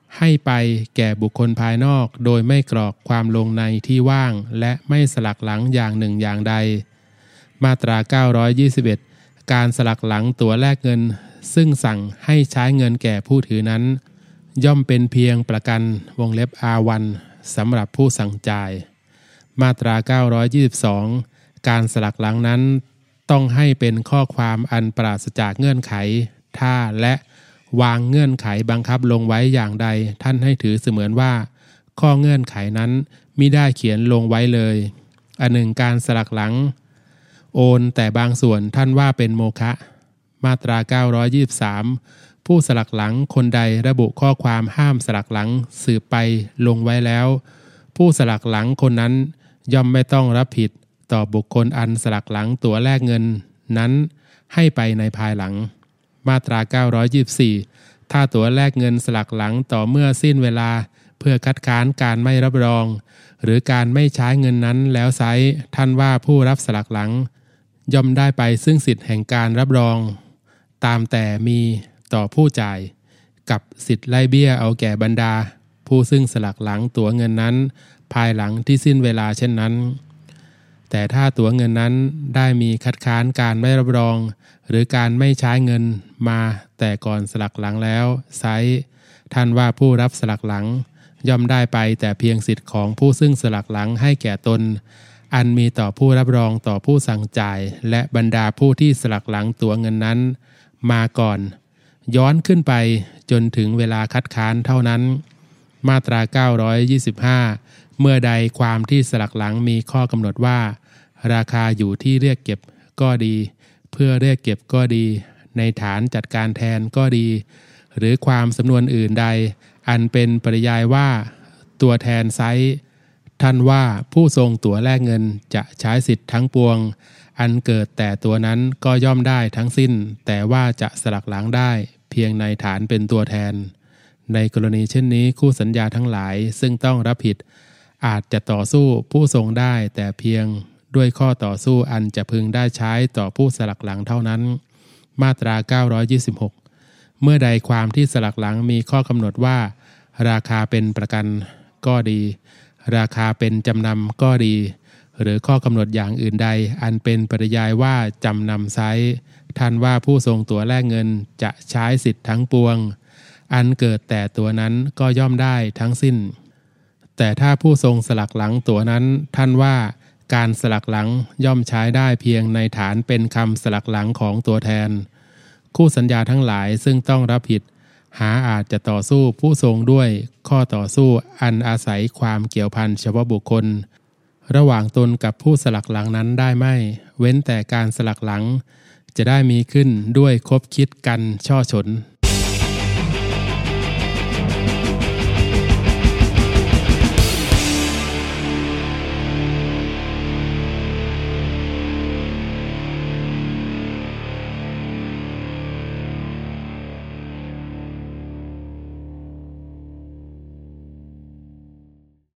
ให้ไปแก่บุคคลภายนอกโดยไม่กรอกความลงในที่ว่างและไม่สลักหลังอย่างหนึ่งอย่างใดมาตราเก้าร้อยยี่สิบเอ็ดการสลักหลังตั๋วแลกเงินซึ่งสั่งให้ใช้เงินแก่ผู้ถือนั้นย่อมเป็นเพียงประกันวงเล็บ อาร์ วัน สำหรับผู้สั่งจ่ายมาตราเก้าร้อยยี่สิบสองการสลักหลังนั้นต้องให้เป็นข้อความอันปราศจากเงื่อนไขถ้าและวางเงื่อนไขบังคับลงไว้อย่างใดท่านให้ถือเสมือนว่าข้อเงื่อนไขนั้นมิได้เขียนลงไว้เลยอันหนึ่งการสลักหลังโอนแต่บางส่วนท่านว่าเป็นโมฆะมาตราเก้าร้อยยี่สิบสามผู้สลักหลังคนใดระบุข้อความห้ามสลักหลังสืบไปลงไว้แล้วผู้สลักหลังคนนั้นย่อมไม่ต้องรับผิดต่อบุคคลอันสลักหลังตั๋วแลกเงินนั้นให้ไปในภายหลังมาตราเก้าร้อยยี่สิบสี่ถ้าตั๋วแลกเงินสลักหลังต่อเมื่อสิ้นเวลาเพื่อคัดค้านการไม่รับรองหรือการไม่ใช้เงินนั้นแล้วไซร้ท่านว่าผู้รับสลักหลังย่อมได้ไปซึ่งสิทธิแห่งการรับรองตามแต่มีต่อผู้จ่ายกับสิทธิไล่เบี้ยเอาแก่บรรดาผู้ซึ่งสลักหลังตั๋วเงินนั้นภายหลังที่สิ้นเวลาเช่นนั้นแต่ถ้าตั๋วเงินนั้นได้มีคัดค้านการไม่รับรองหรือการไม่ใช้เงินมาแต่ก่อนสลักหลังแล้วไซร้ท่านว่าผู้รับสลักหลังย่อมได้ไปแต่เพียงสิทธิ์ของผู้ซึ่งสลักหลังให้แก่ตนอันมีต่อผู้รับรองต่อผู้สั่งจ่ายและบรรดาผู้ที่สลักหลังตั๋วเงินนั้นมาก่อนย้อนขึ้นไปจนถึงเวลาคัดค้านเท่านั้นมาตราเก้าร้อยยี่สิบห้าเมื่อใดความที่สลักหลังมีข้อกำหนดว่าราคาอยู่ที่เรียกเก็บก็ดีเพื่อเรียกเก็บก็ดีในฐานจัดการแทนก็ดีหรือความสำนวนอื่นใดอันเป็นปริยายว่าตัวแทนไซร้ท่านว่าผู้ทรงตั๋วแลกเงินจะใช้สิทธิ์ทั้งปวงอันเกิดแต่ตัวนั้นก็ย่อมได้ทั้งสิ้นแต่ว่าจะสลักหลังได้เพียงในฐานเป็นตัวแทนในกรณีเช่นนี้คู่สัญญาทั้งหลายซึ่งต้องรับผิดอาจจะต่อสู้ผู้ทรงได้แต่เพียงด้วยข้อต่อสู้อันจะพึงได้ใช้ต่อผู้สลักหลังเท่านั้นมาตราเก้าร้อยยี่สิบหกเมื่อใดความที่สลักหลังมีข้อกำหนดว่าราคาเป็นประกันก็ดีราคาเป็นจำนำก็ดีหรือข้อกำหนดอย่างอื่นใดอันเป็นปริยายว่าจำนำไซร้ท่านว่าผู้ทรงตั๋วแลกเงินจะใช้สิทธิ์ทั้งปวงอันเกิดแต่ตัวนั้นก็ย่อมได้ทั้งสิ้นแต่ถ้าผู้ทรงสลักหลังตั๋วนั้นท่านว่าการสลักหลังย่อมใช้ได้เพียงในฐานเป็นคำสลักหลังของตัวแทนคู่สัญญาทั้งหลายซึ่งต้องรับผิดหาอาจจะต่อสู้ผู้ทรงด้วยข้อต่อสู้อันอาศัยความเกี่ยวพันเฉพาะบุคคลระหว่างตนกับผู้สลักหลังนั้นได้ไม่เว้นแต่การสลักหลังจะได้มีขึ้นด้วยคบคิดกันช่อฉน